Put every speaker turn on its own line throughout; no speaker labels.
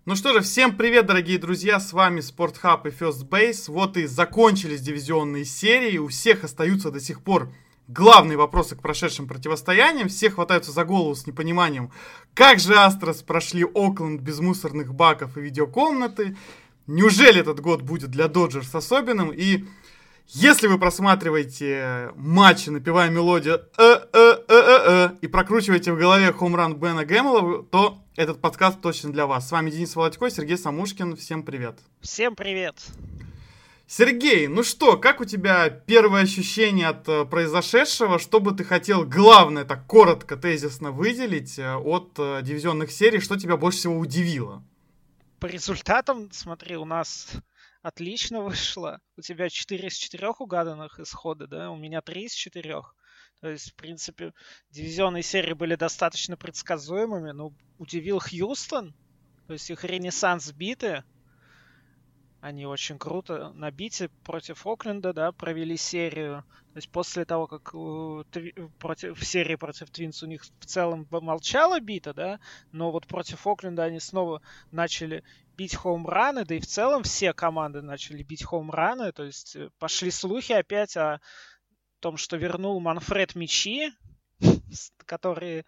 Ну что же, всем привет, дорогие друзья, с вами Спортхаб и First Base. Вот и закончились дивизионные серии, у всех остаются до сих пор главные вопросы к прошедшим противостояниям. Все хватаются за голову с непониманием, как же Астрос прошли Окленд без мусорных баков и видеокомнаты. Неужели этот год будет для Доджерс особенным? И если вы просматриваете матчи, напевая мелодию и прокручиваете в голове хоумран Бена Гэмела, то этот подкаст точно для вас. С вами Денис Володько, Сергей Самушкин. Всем привет.
Всем привет.
Сергей, ну что, как у тебя первые ощущения от произошедшего? Что бы ты хотел, главное, так коротко, тезисно выделить от дивизионных серий? Что тебя больше всего удивило?
По результатам, смотри, у нас отлично вышло. У тебя 4 из 4 угаданных исхода, да? У меня 3 из 4. То есть, в принципе, дивизионные серии были достаточно предсказуемыми. Но удивил Хьюстон. То есть их ренессанс биты. Они очень круто на бите против Окленда, да, провели серию. То есть после того, как в серии против Твинс у них в целом молчала бита, да, но вот против Окленда они снова начали бить хоумраны, да и в целом все команды начали бить хоумраны. То есть пошли слухи опять о том, что вернул Манфред мячи, которые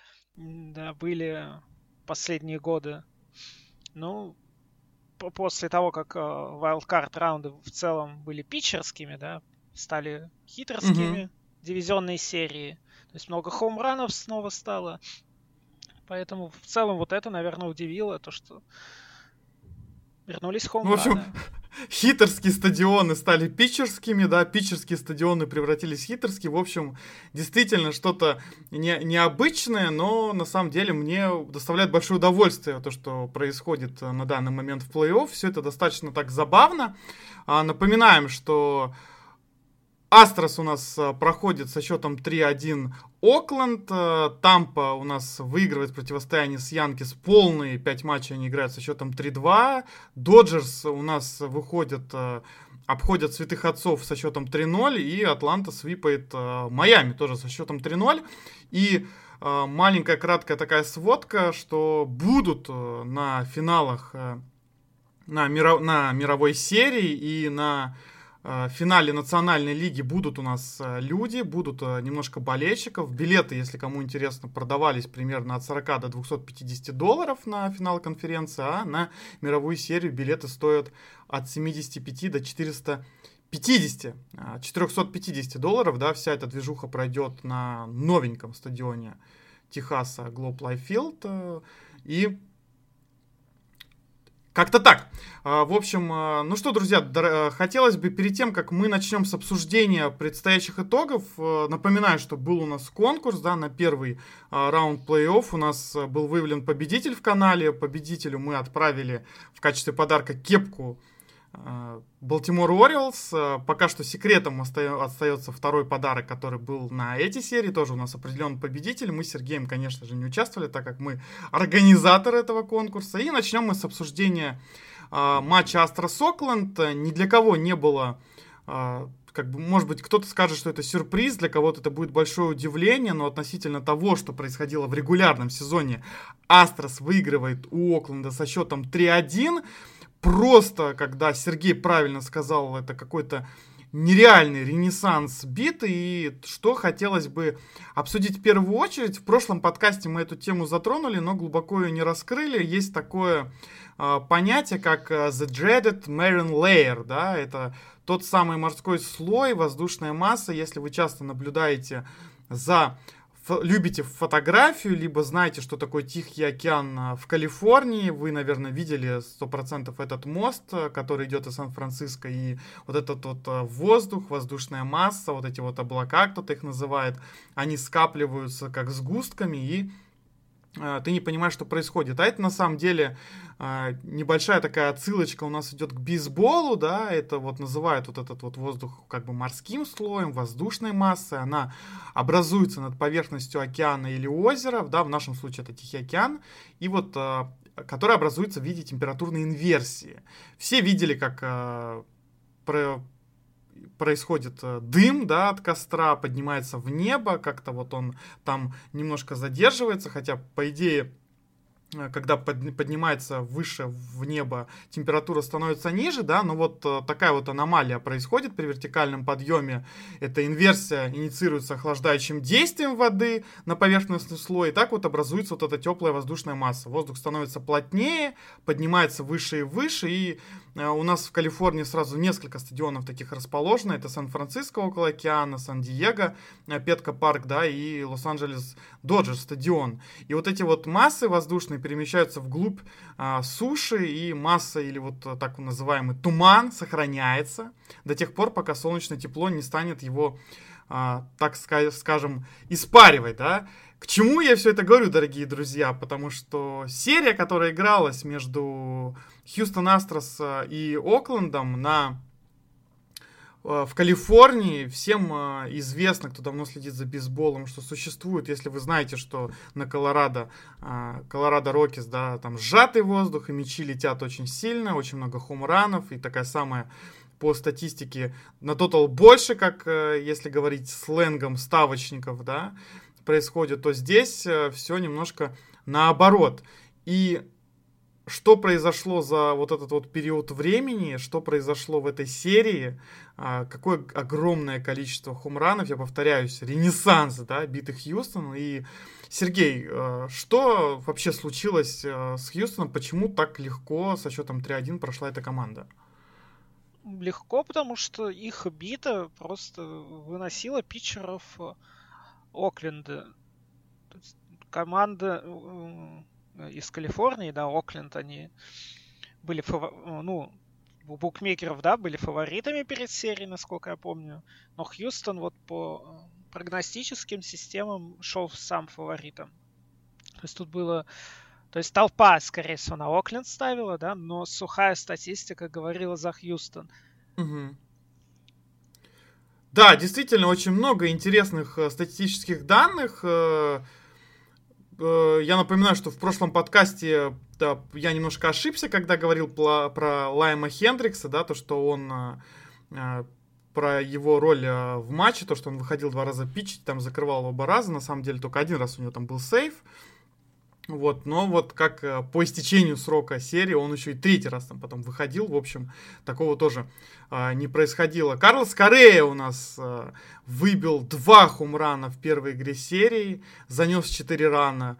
были последние годы. Ну, после того, как wildcard раунды в целом были питчерскими, да, стали хитерскими дивизионные серии. То есть много хоумранов снова стало. Поэтому в целом вот это, наверное, удивило, то, что вернулись хоумраны.
В общем, хитерские стадионы стали питчерскими, да, питчерские стадионы превратились в хитерские. В общем, действительно что-то необычное, но на самом деле мне доставляет большое удовольствие то, что происходит на данный момент в плей-офф. Все это достаточно так забавно. Напоминаем, что Астрос у нас проходит со счетом 3-1 Окленд. Тампа у нас выигрывает противостояние с Янкис. Полные 5 матчей они играют со счетом 3-2. Доджерс у нас выходят, обходят святых отцов со счетом 3-0. И Атланта свипает Майами тоже со счетом 3-0. И маленькая краткая такая сводка, что будут на финалах на мировой серии и на финале национальной лиги будут у нас люди, будут немножко болельщиков. Билеты, если кому интересно, продавались примерно от 40 до $250 на финал конференции, а на мировую серию билеты стоят от 75 до 450 $450, да, вся эта движуха пройдет на новеньком стадионе Техаса Globe Life Field. И как-то так. В общем, ну что, друзья, хотелось бы перед тем, как мы начнем с обсуждения предстоящих итогов, напоминаю, что был у нас конкурс, да, на первый раунд плей-офф. У нас был выявлен победитель в канале. Победителю мы отправили в качестве подарка кепку Baltimore Orioles. Пока что секретом остается второй подарок, который был на эти серии. Тоже у нас определенный победитель. Мы с Сергеем, конечно же, не участвовали, так как мы организаторы этого конкурса. И начнем мы с обсуждения матча Астрос-Окленд. Ни для кого не было, может быть, кто-то скажет, что это сюрприз, для кого-то это будет большое удивление, но относительно того, что происходило в регулярном сезоне, Астрос выигрывает у Окленда со счетом 3-1. Просто, когда Сергей правильно сказал, это какой-то нереальный ренессанс биты. И что хотелось бы обсудить в первую очередь. В прошлом подкасте мы эту тему затронули, но глубоко ее не раскрыли. Есть такое понятие, как The Dreaded Marine Layer. Да? Это тот самый морской слой, воздушная масса. Если вы часто наблюдаете любите фотографию, либо знаете, что такое Тихий океан в Калифорнии, вы, наверное, видели 100% этот мост, который идет из Сан-Франциско, и вот этот вот воздух, воздушная масса, вот эти вот облака, кто-то их называет, они скапливаются как сгустками, и ты не понимаешь, что происходит. А это на самом деле небольшая такая отсылочка у нас идет к бейсболу, да, это вот называют вот этот вот воздух как бы морским слоем, воздушной массой, она образуется над поверхностью океана или озера, да, в нашем случае это Тихий океан, и вот, которая образуется в виде температурной инверсии. Все видели, как происходит дым, да, от костра, поднимается в небо, как-то вот он там немножко задерживается, хотя, по идее, когда поднимается выше в небо, температура становится ниже, да, но вот такая вот аномалия происходит при вертикальном подъеме. Эта инверсия инициируется охлаждающим действием воды на поверхностный слой, и так вот образуется вот эта теплая воздушная масса. Воздух становится плотнее, поднимается выше и выше, и у нас в Калифорнии сразу несколько стадионов таких расположено. Это Сан-Франциско около океана, Сан-Диего, Петко парк, да, и Лос-Анджелес Доджер стадион. И вот эти вот массы воздушные перемещаются вглубь суши, и масса, или вот так называемый туман, сохраняется до тех пор, пока солнечное тепло не станет его, так скажем, испаривать, да. К чему я все это говорю, дорогие друзья? Потому что серия, которая игралась между Хьюстон Астрос и Оклендом в Калифорнии, всем известно, кто давно следит за бейсболом, что существует, если вы знаете, что на Колорадо Роккис, да, там сжатый воздух, и мячи летят очень сильно, очень много хоумранов, и такая самая, по статистике, на тотал больше, как если говорить сленгом ставочников, да, происходит, то здесь все немножко наоборот. И что произошло за вот этот вот период времени, что произошло в этой серии, какое огромное количество хоумранов, я повторяюсь, ренессанс, да, битых Хьюстон. И, Сергей, что вообще случилось с Хьюстоном, почему так легко со счетом 3-1 прошла эта команда?
Легко, потому что их бита просто выносила питчеров Окленда. Команда из Калифорнии, да, Окленд, они были, у букмекеров, да, были фаворитами перед серией, насколько я помню. Но Хьюстон вот по прогностическим системам шел сам фаворитом. То есть тут было... То есть толпа, скорее всего, на Окленд ставила, да, но сухая статистика говорила за Хьюстон.
Угу. Да, действительно, очень много интересных статистических данных. Я напоминаю, что в прошлом подкасте я немножко ошибся, когда говорил про Лайма Хендрикса, да, то, что он про его роль в матче, то, что он выходил 2 раза питчить, там закрывал оба раза, на самом деле только 1 раз у него там был сейв. Вот, но вот как по истечению срока серии он еще и 3-й раз там потом выходил. В общем, такого тоже не происходило. Карлос Корея у нас выбил 2 хоумрана в первой игре серии, занес 4 рана.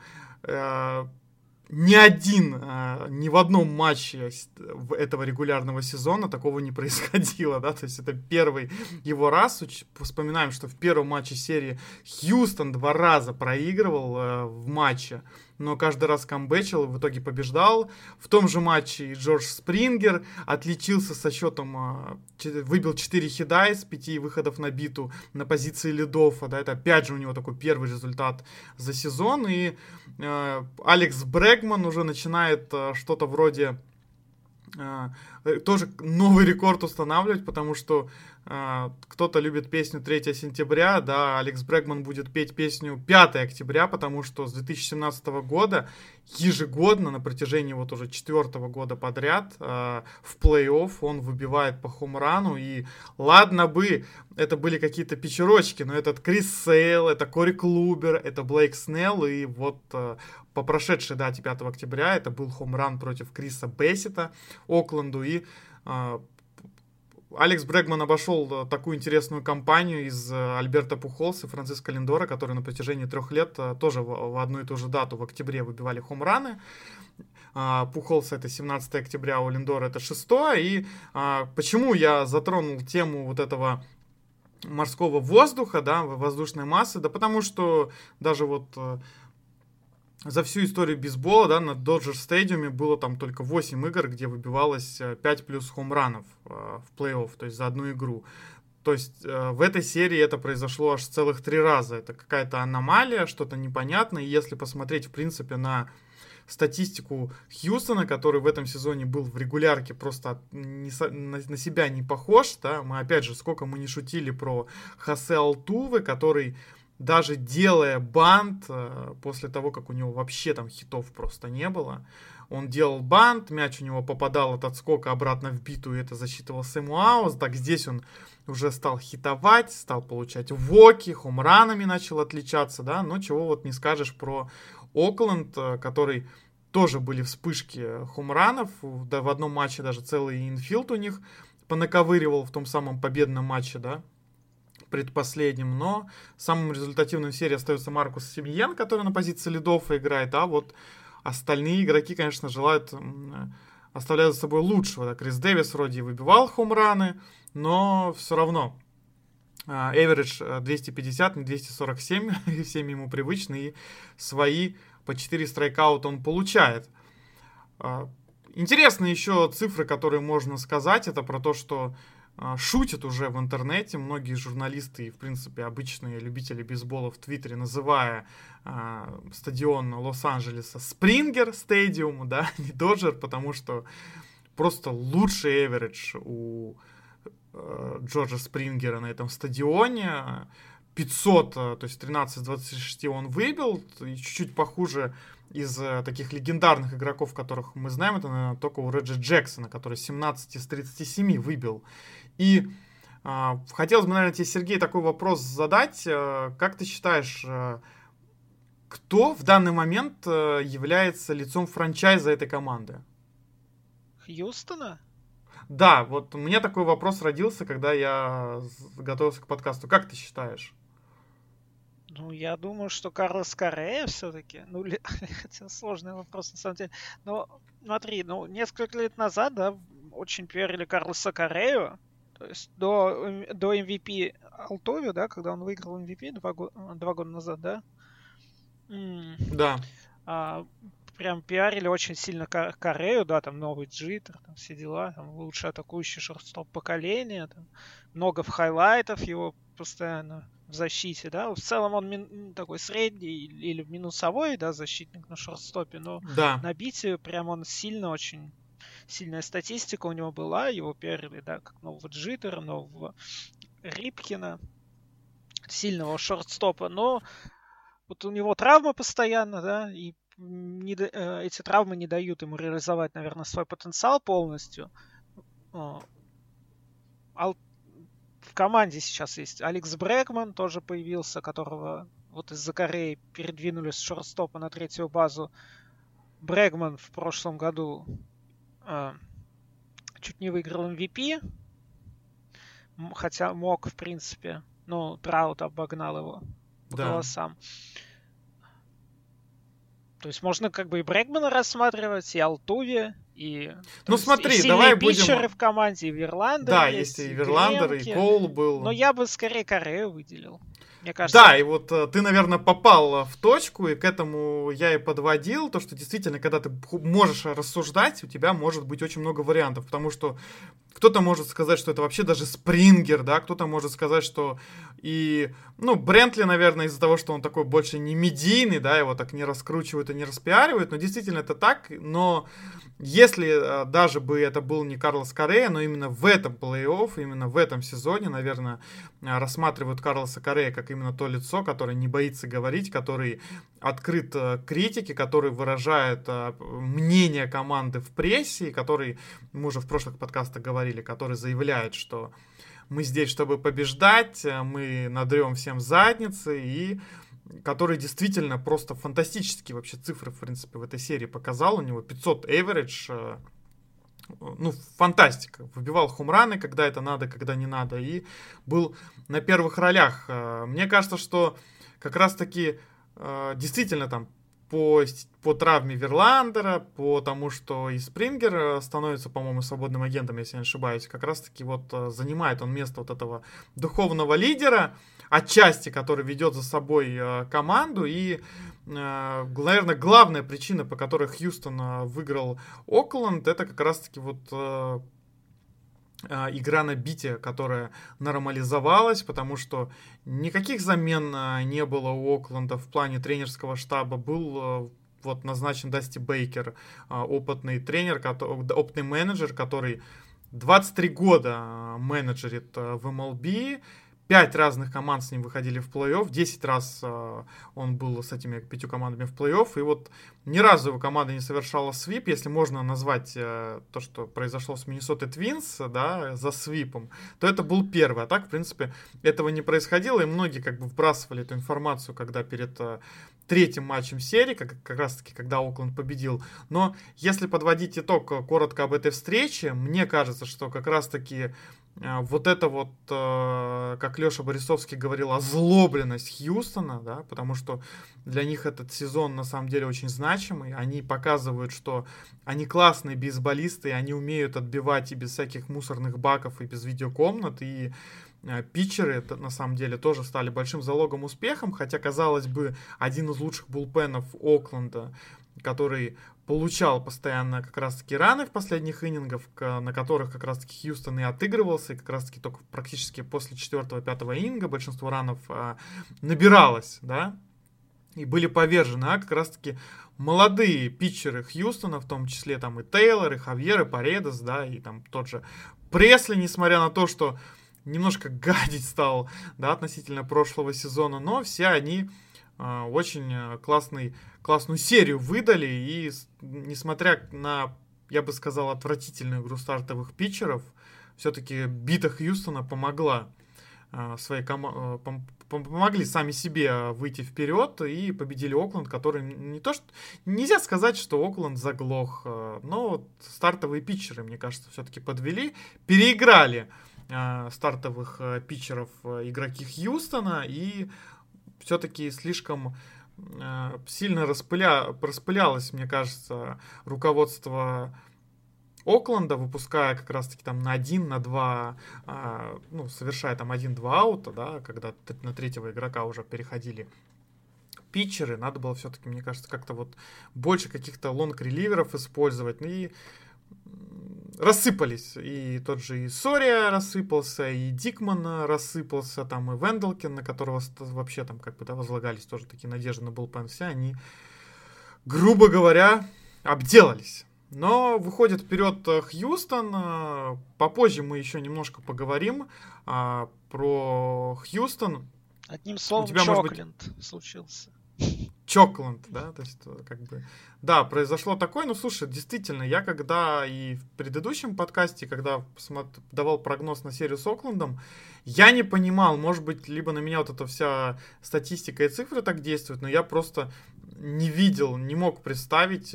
Ни в одном матче этого регулярного сезона такого не происходило, да, то есть это первый его раз. Вспоминаем, что в первом матче серии Хьюстон 2 раза проигрывал в матче, но каждый раз камбэчил и в итоге побеждал. В том же матче и Джордж Спрингер отличился со счетом, выбил 4 хита из 5 выходов на биту на позиции лидофа, да, это опять же у него такой первый результат за сезон. И Алекс Брэгман уже начинает что-то вроде тоже новый рекорд устанавливать, потому что кто-то любит песню 3 сентября, да, Алекс Брэгман будет петь песню 5 октября, потому что с 2017 года ежегодно на протяжении вот уже 4-го года подряд в плей-офф он выбивает по хоумрану, и ладно бы это были какие-то печерочки, но этот Крис Сейл, это Кори Клубер, это Блейк Снелл, и вот по прошедшей дате 5 октября это был хоумран против Криса Бессета Окленду, и Алекс Брэгман обошел такую интересную компанию из Альберто Пухолса и Франциско Линдора, которые на протяжении 3 лет тоже в одну и ту же дату в октябре выбивали хоумраны. Пухолса это 17 октября, у Линдора это 6. И почему я затронул тему вот этого морского воздуха, да, воздушной массы? Да потому что даже вот за всю историю бейсбола, да, на Доджер стадиуме было там только 8 игр, где выбивалось 5 плюс хоумранов в плей-офф, то есть за одну игру. То есть в этой серии это произошло аж целых 3 раза. Это какая-то аномалия, что-то непонятное. И если посмотреть, в принципе, на статистику Хьюстона, который в этом сезоне был в регулярке просто на себя не похож, да, мы опять же, сколько мы не шутили про Хосе Алтуве, который даже делая бант, после того, как у него вообще там хитов просто не было, он делал бант, мяч у него попадал от отскока обратно в биту, и это засчитывал Сэму Аус. Так здесь он уже стал хитовать, стал получать воки, хоумранами начал отличаться, да, но чего вот не скажешь про Окленд, который тоже были вспышки хоумранов. Да, в одном матче даже целый инфилд у них понаковыривал в том самом победном матче, да, предпоследнем. Но самым результативным в серии остается Маркус Семьен, который на позиции лидофа играет, а вот остальные игроки, конечно, оставляют за собой лучшего. Да. Крис Дэвис вроде и выбивал хоумраны, но все равно average 250, не 247, всем ему привычно, и свои по 4 страйкаута он получает. Интересные еще цифры, которые можно сказать, это про то, что шутят уже в интернете многие журналисты и, в принципе, обычные любители бейсбола в Твиттере, называя стадион Лос-Анджелеса Спрингер Стадиум, да, не Доджер, потому что просто лучший эверидж у Джорджа Спрингера на этом стадионе. 500, то есть 13 из 26 он выбил, и чуть-чуть похуже из таких легендарных игроков, которых мы знаем, это, наверное, только у Реджи Джексона, который 17 из 37 выбил. И хотелось бы, наверное, тебе, Сергей, такой вопрос задать. Как ты считаешь, кто в данный момент является лицом франчайза этой команды?
Хьюстона?
Да, вот у меня такой вопрос родился, когда я готовился к подкасту. Как ты считаешь?
Ну, я думаю, что Карлос Коррея все-таки. Ну, хотя сложный вопрос, на самом деле. Но смотри, несколько лет назад, да, очень пиарили Карлоса Коррею. То есть до MVP Алтови, да, когда он выиграл MVP 2 года назад, да?
Да.
Прям пиарили очень сильно Коррею, да, там новый джиттер, там все дела, там лучший атакующий шортстоп поколения, там много хайлайтов его постоянно в защите, да, в целом он такой средний или минусовой, да, защитник на шортстопе, но
да.
на бите прям он очень сильная статистика у него была, его пиарили, да, как нового джиттера, нового Рипкина, сильного шортстопа, но вот у него травма постоянно, да, и эти травмы не дают ему реализовать, наверное, свой потенциал полностью. В команде сейчас есть Алекс Брэкман, тоже появился, которого вот из-за Кореи передвинули с шортстопа на третью базу. Брэкман в прошлом году чуть не выиграл MVP, хотя мог, в принципе, но Траут обогнал его по голосам. То есть можно как бы и Брэкмана рассматривать, и Алтуви, и...
Ну смотри,
и
давай
питчеры
будем...
в команде, и Верландер
да,
есть
и Верландер, и Коул был.
Но я бы скорее Коррею выделил. Мне кажется...
Да, и вот ты, наверное, попал в точку, и к этому я и подводил, то, что действительно, когда ты можешь рассуждать, у тебя может быть очень много вариантов, потому что кто-то может сказать, что это вообще даже Спрингер, да, кто-то может сказать, что и, Брентли, наверное, из-за того, что он такой больше не медийный, да, его так не раскручивают и не распиаривают, но действительно это так, но если даже бы это был не Карлос Коррея, но именно в этом плей-офф, именно в этом сезоне, наверное, рассматривают Карлоса Коррея как именно то лицо, которое не боится говорить, который открыт критике, который выражает мнение команды в прессе, и который, мы уже в прошлых подкастах говорили, который заявляет, что мы здесь, чтобы побеждать, мы надрем всем задницы, и который действительно просто фантастические вообще цифры, в принципе, в этой серии показал. У него 500 average, фантастика. Выбивал хоумраны, когда это надо, когда не надо, и был на первых ролях. Мне кажется, что как раз-таки действительно там по травме Верландера, по тому, что и Спрингер становится, по-моему, свободным агентом, если я не ошибаюсь, как раз-таки вот занимает он место вот этого духовного лидера, отчасти, который ведет за собой команду, и, наверное, главная причина, по которой Хьюстон выиграл Окленд, это как раз-таки вот игра на бите, которая нормализовалась, потому что никаких замен не было у Окленда в плане тренерского штаба. Был вот назначен Дасти Бейкер, опытный тренер, опытный менеджер, который 23 года менеджерит в MLB, 5 разных команд с ним выходили в плей-офф, 10 раз он был с этими 5 командами в плей-офф, и вот ни разу его команда не совершала свип, если можно назвать то, что произошло с Миннесотой Твинс, да, за свипом, то это был первый, а так, в принципе, этого не происходило, и многие как бы вбрасывали эту информацию, когда перед третьим матчем серии, как раз-таки, когда Окленд победил. Но если подводить итог коротко об этой встрече, мне кажется, что как раз-таки вот это вот, как Леша Борисовский говорил, озлобленность Хьюстона, да, потому что для них этот сезон на самом деле очень значимый. Они показывают, что они классные бейсболисты, и они умеют отбивать и без всяких мусорных баков, и без видеокомнат, и питчеры на самом деле тоже стали большим залогом успехом, хотя, казалось бы, один из лучших булпенов Окленда, который получал постоянно как раз-таки раны в последних иннингах, на которых как раз-таки Хьюстон и отыгрывался, и как раз-таки только практически после 4-5 иннинга большинство ранов набиралось, да, и были повержены, а как раз-таки молодые питчеры Хьюстона, в том числе там и Тейлор, и Хавьер, и Паредес, да, и там тот же Пресли, несмотря на то, что немножко гадить стал, да, относительно прошлого сезона, но все они очень классную серию выдали, и несмотря на, я бы сказал, отвратительную игру стартовых питчеров, все-таки бита Хьюстона помогла помогли сами себе выйти вперед и победили Окленд, который не то что... Нельзя сказать, что Окленд заглох, но вот стартовые питчеры, мне кажется, все-таки подвели, переиграли стартовых питчеров игроки Хьюстона, и все-таки слишком сильно распылялось, мне кажется, руководство Окленда, выпуская как раз-таки там на 1, на 2, ну, совершая там 1-2 аута, да, когда на третьего игрока уже переходили питчеры, надо было все-таки, мне кажется, как-то вот больше каких-то лонг-реливеров использовать, ну и рассыпались, и тот же и Сория рассыпался, и Дикман рассыпался, там и Венделкин, на которого вообще там как бы, да, возлагались тоже такие надежды на булпен, все они, грубо говоря, обделались. Но выходит вперед Хьюстон. Попозже мы еще немножко поговорим про Хьюстон.
Одним словом, Чокленд случился.
Чокленд, да, то есть как бы... Да, произошло такое, ну, слушай, действительно, я когда и в предыдущем подкасте, когда давал прогноз на серию с Оклендом, я не понимал, может быть, либо на меня вот эта вся статистика и цифры так действуют, но я просто не видел, не мог представить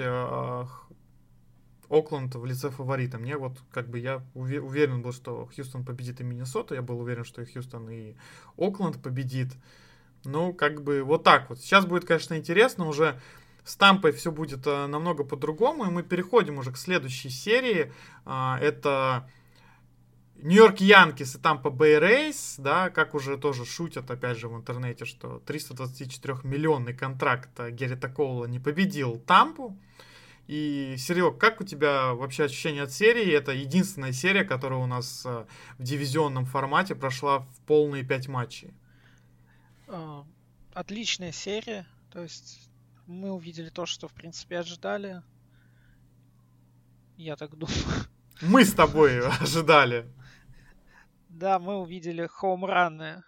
Окленд в лице фаворита. Мне вот, как бы, я уверен был, что Хьюстон победит и Миннесоту, я был уверен, что и Хьюстон, и Окленд победит. Ну, как бы, вот так вот. Сейчас будет, конечно, интересно, уже с Тампой все будет намного по-другому, и мы переходим уже к следующей серии. Это Нью-Йорк Янкис и Тампа Бэй Рейс, да, как уже тоже шутят, опять же, в интернете, что 324-миллионный контракт Геррита Коула не победил Тампу. И, Серег, как у тебя вообще ощущение от серии? Это единственная серия, которая у нас в дивизионном формате прошла в полные 5 матчей.
Отличная серия. То есть мы увидели то, что, в принципе, ожидали. Я так думаю.
Мы с тобой ожидали.
Да, мы увидели хоумраны,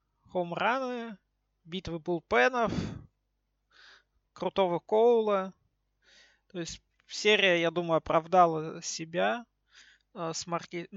битвы булпенов, крутого Коула. То есть серия, я думаю, оправдала себя с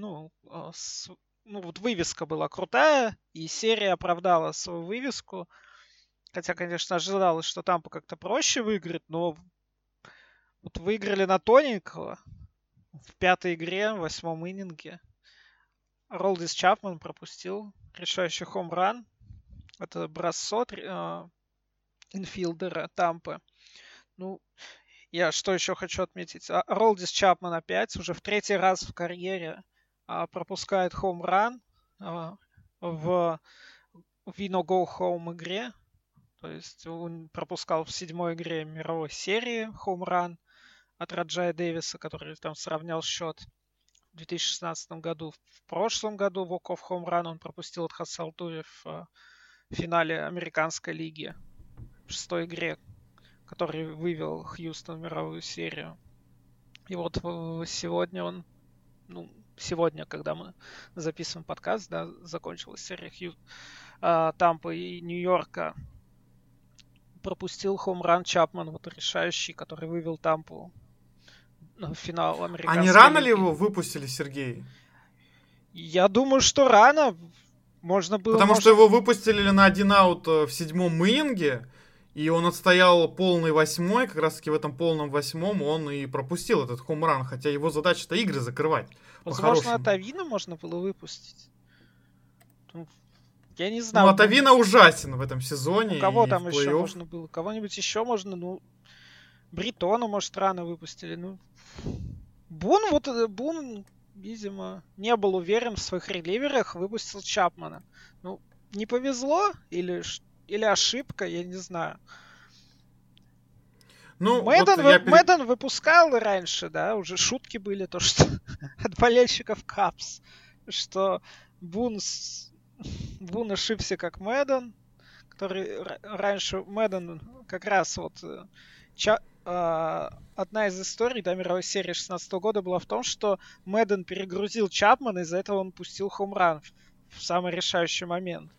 вот вывеска была крутая, и серия оправдала свою вывеску. Хотя, конечно, ожидалось, что Тампа как-то проще выиграет, но вот выиграли на тоненького в 5-й игре, в 8-м иннинге. Ролдис Чапман пропустил решающий хоум-ран. Это бросок инфилдера Тампы. Ну, я что еще хочу отметить? Ролдис Чапман опять, уже в 3-й раз в карьере пропускает хоум-ран в Vino Go Home игре. То есть он пропускал в 7-й игре мировой серии хоум-ран от Раджая Дэвиса, который там сравнял счет в 2016 году. В прошлом году walk-off хоум-ран он пропустил от Хасалтури в финале Американской лиги в 6-й игре, который вывел Хьюстон в мировую серию. И вот сегодня он сегодня, когда мы записываем подкаст, да, закончилась серия Тампа и Нью-Йорка. Пропустил хоум-ран Чапман, вот решающий, который вывел Тампу в финал американской
лиги. А не рано
лиги.
ли его выпустили, Сергей?
Я думаю, что рано. Можно было...
Потому что его выпустили на 1 аут в 7-м ининге, и он отстоял полный 8-й, как раз таки в этом полном 8-м он и пропустил этот хоум-ран, хотя его задача-то игры закрывать.
Возможно, от Авина можно было выпустить. Я не знаю.
От Авина ужасен в этом сезоне.
У кого там еще можно было? Кого-нибудь еще можно? Бритона, может, рано выпустили. Бун, видимо, не был уверен в своих реливерах, выпустил Чапмана. Не повезло или ошибка, я не знаю. Мэдден выпускал раньше, да, уже шутки были, то что от болельщиков Капс, что Бун ошибся как Мэдден, который раньше Мэдден как раз одна из историй, да, мировой серии 16 года была в том, что Мэдден перегрузил Чапмана, из-за этого он пустил хоум-ран в самый решающий момент.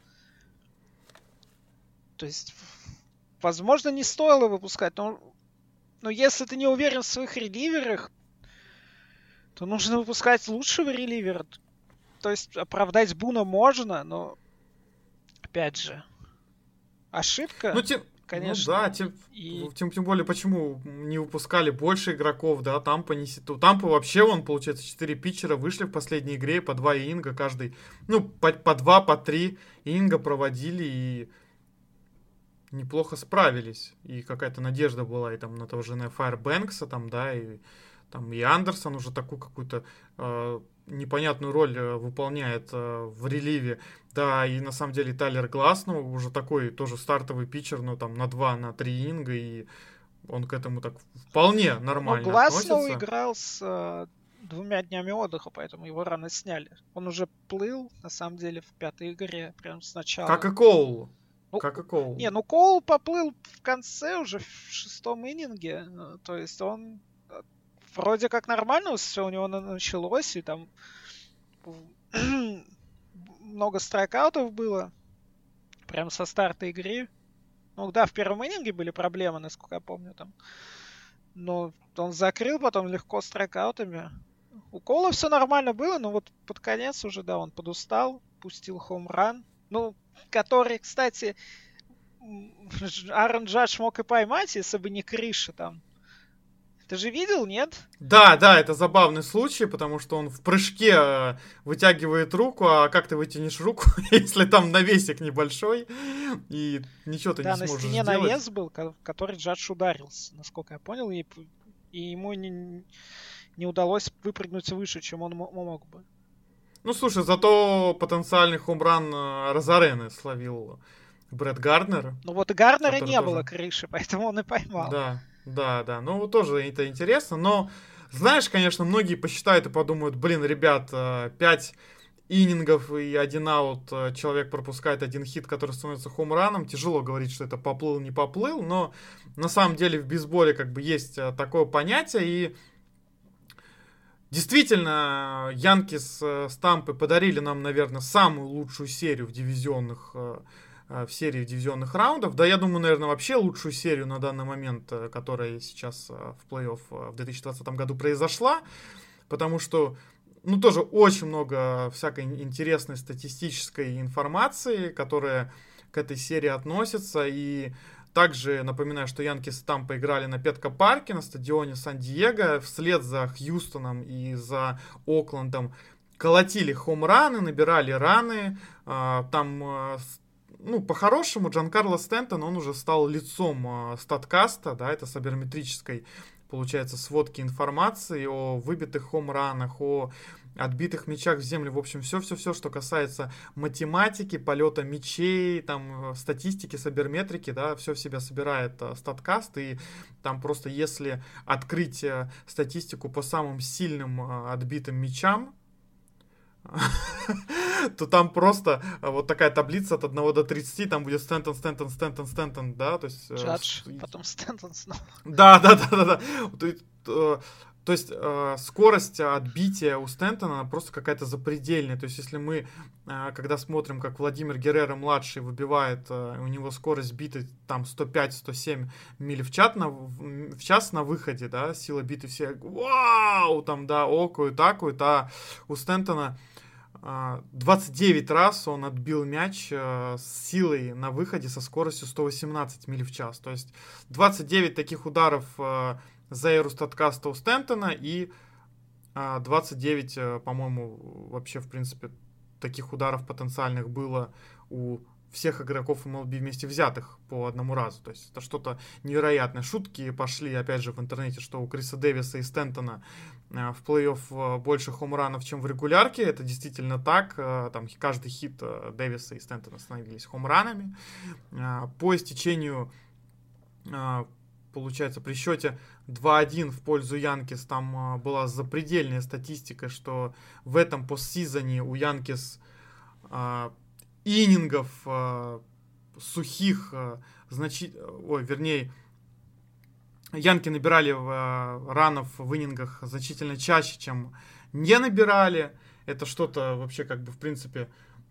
То есть, возможно, не стоило выпускать, но если ты не уверен в своих реливерах, то нужно выпускать лучшего реливера. То есть, оправдать Буна можно, но, опять же, ошибка... Конечно.
Тем более, почему не выпускали больше игроков, да, Тампа вообще, получается, 4 питчера вышли в последней игре, по 2 ининга каждый, по 2, по 3 ининга проводили и неплохо справились, и какая-то надежда была и там на того же Файрбэнкса, там, да, и Андерсон уже такую какую-то непонятную роль выполняет в реливе. Да, и на самом деле Тайлер Гласнелл уже такой тоже стартовый питчер, на 2, на 3 ининга, и он к этому так вполне нормально относится.
Гласнелл играл с 2 днями отдыха, поэтому его рано сняли. Он уже плыл, на самом деле, в 5-й игре, прям сначала.
Как и Коул.
Коул поплыл в конце, уже в 6-м ининге. То есть он вроде как нормально все у него началось, и там много страйкаутов было. Прям со старта игры. В 1-м ининге были проблемы, насколько я помню, там. Но он закрыл потом легко страйкаутами. У Коула все нормально было, но под конец уже, да, он подустал, пустил хоум-ран. Который, кстати, Аарон Джадж мог и поймать, если бы не крыша там. Ты же видел, нет?
Да, это забавный случай, потому что он в прыжке вытягивает руку, а как ты вытянешь руку, если там навесик небольшой, и ничего ты не сможешь сделать. Да, на стене
навес был, который Джадж ударился, насколько я понял, и ему не удалось выпрыгнуть выше, чем он мог бы.
Слушай, зато потенциальный хоум-ран Розарены словил Брэд Гарднер.
И Гарднера не было крыши, поэтому он и поймал.
Да. Тоже это интересно. Но, знаешь, конечно, многие посчитают и подумают, ребят, 5 инингов и 1 аут, человек пропускает 1 хит, который становится хоум-раном. Тяжело говорить, что это поплыл, не поплыл, но на самом деле в бейсболе есть такое понятие, и действительно, Янкис с Тампой подарили нам, наверное, самую лучшую серию в серии дивизионных раундов. Да, я думаю, наверное, вообще лучшую серию на данный момент, которая сейчас в плей-офф в 2020 году произошла, потому что, тоже очень много всякой интересной статистической информации, которая к этой серии относится, и также напоминаю, что Янкис и Тампа играли на Петко-парке, на стадионе Сан-Диего, вслед за Хьюстоном и за Оклендом колотили хоум-раны, набирали раны, там... по-хорошему, Джанкарло Стэнтон, он уже стал лицом статкаста, да, это саберметрической, получается, сводки информации о выбитых хоум-ранах, о отбитых мячах в землю, в общем, все, что касается математики, полета мячей, там, статистики, саберметрики, да, все в себя собирает статкаст, и там просто если открыть статистику по самым сильным отбитым мячам, то там просто вот такая таблица от 1 до 30, там будет Стэнтон, да, то есть...
Джадж, потом Стэнтон снова.
Да. То То есть скорость отбития у Стэнтона она просто какая-то запредельная. То есть если мы, когда смотрим, как Владимир Геррера-младший выбивает, у него скорость биты там 105-107 миль в час на выходе, да, сила биты все, вау, там, да, окают, акают, а у Стэнтона 29 раз он отбил мяч с силой на выходе со скоростью 118 миль в час. То есть 29 таких ударов за эру статкаста у Стэнтона и 29, по-моему, вообще, в принципе, таких ударов потенциальных было у всех игроков MLB вместе взятых по одному разу. То есть это что-то невероятное. Шутки пошли, опять же, в интернете, что у Криса Дэвиса и Стэнтона в плей-офф больше хомранов, чем в регулярке. Это действительно так. Там каждый хит Дэвиса и Стэнтона становились хомранами. По истечению, получается, при счете 2-1 в пользу Янкис там была запредельная статистика, что в этом постсезоне у Янкис иннингов сухих, Янки набирали ранов в иннингах значительно чаще, чем не набирали. Это что-то вообще, как бы, в принципе,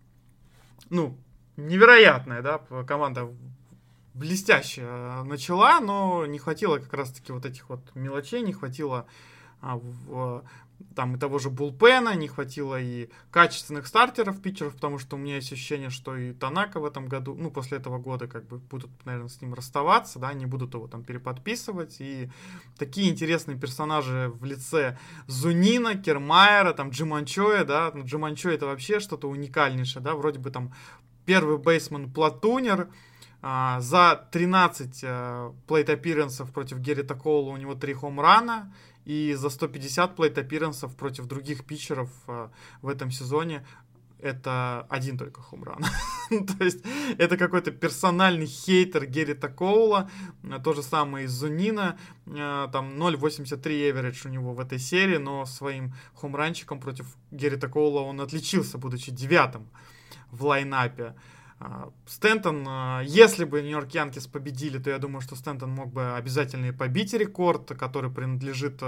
невероятное, да, команда блестяще начала, но не хватило как раз-таки вот этих вот мелочей, не хватило там и того же булпена, не хватило и качественных стартеров, питчеров, потому что у меня есть ощущение, что и Танака в этом году, после этого года как бы будут, наверное, с ним расставаться, да, не будут его там переподписывать, и такие интересные персонажи в лице Зунина, Кермайера, там Джиманчоя, да, Джиманчой это вообще что-то уникальнейшее, да, вроде бы там первый бейсмен Платунер, за 13 плейт-аппиренсов против Геррита Коула у него 3 хомрана, и за 150 плейт-аппиренсов против других питчеров в этом сезоне это один только хомран. То есть это какой-то персональный хейтер Геррита Коула. То же самое и Зунина. Там 0.83 эверидж у него в этой серии, но своим хомранчиком против Геррита Коула он отличился, будучи 9-м в лайнапе. Стэнтон, если бы Нью-Йорк Янкис победили, то я думаю, что Стэнтон мог бы обязательно и побить рекорд, который принадлежит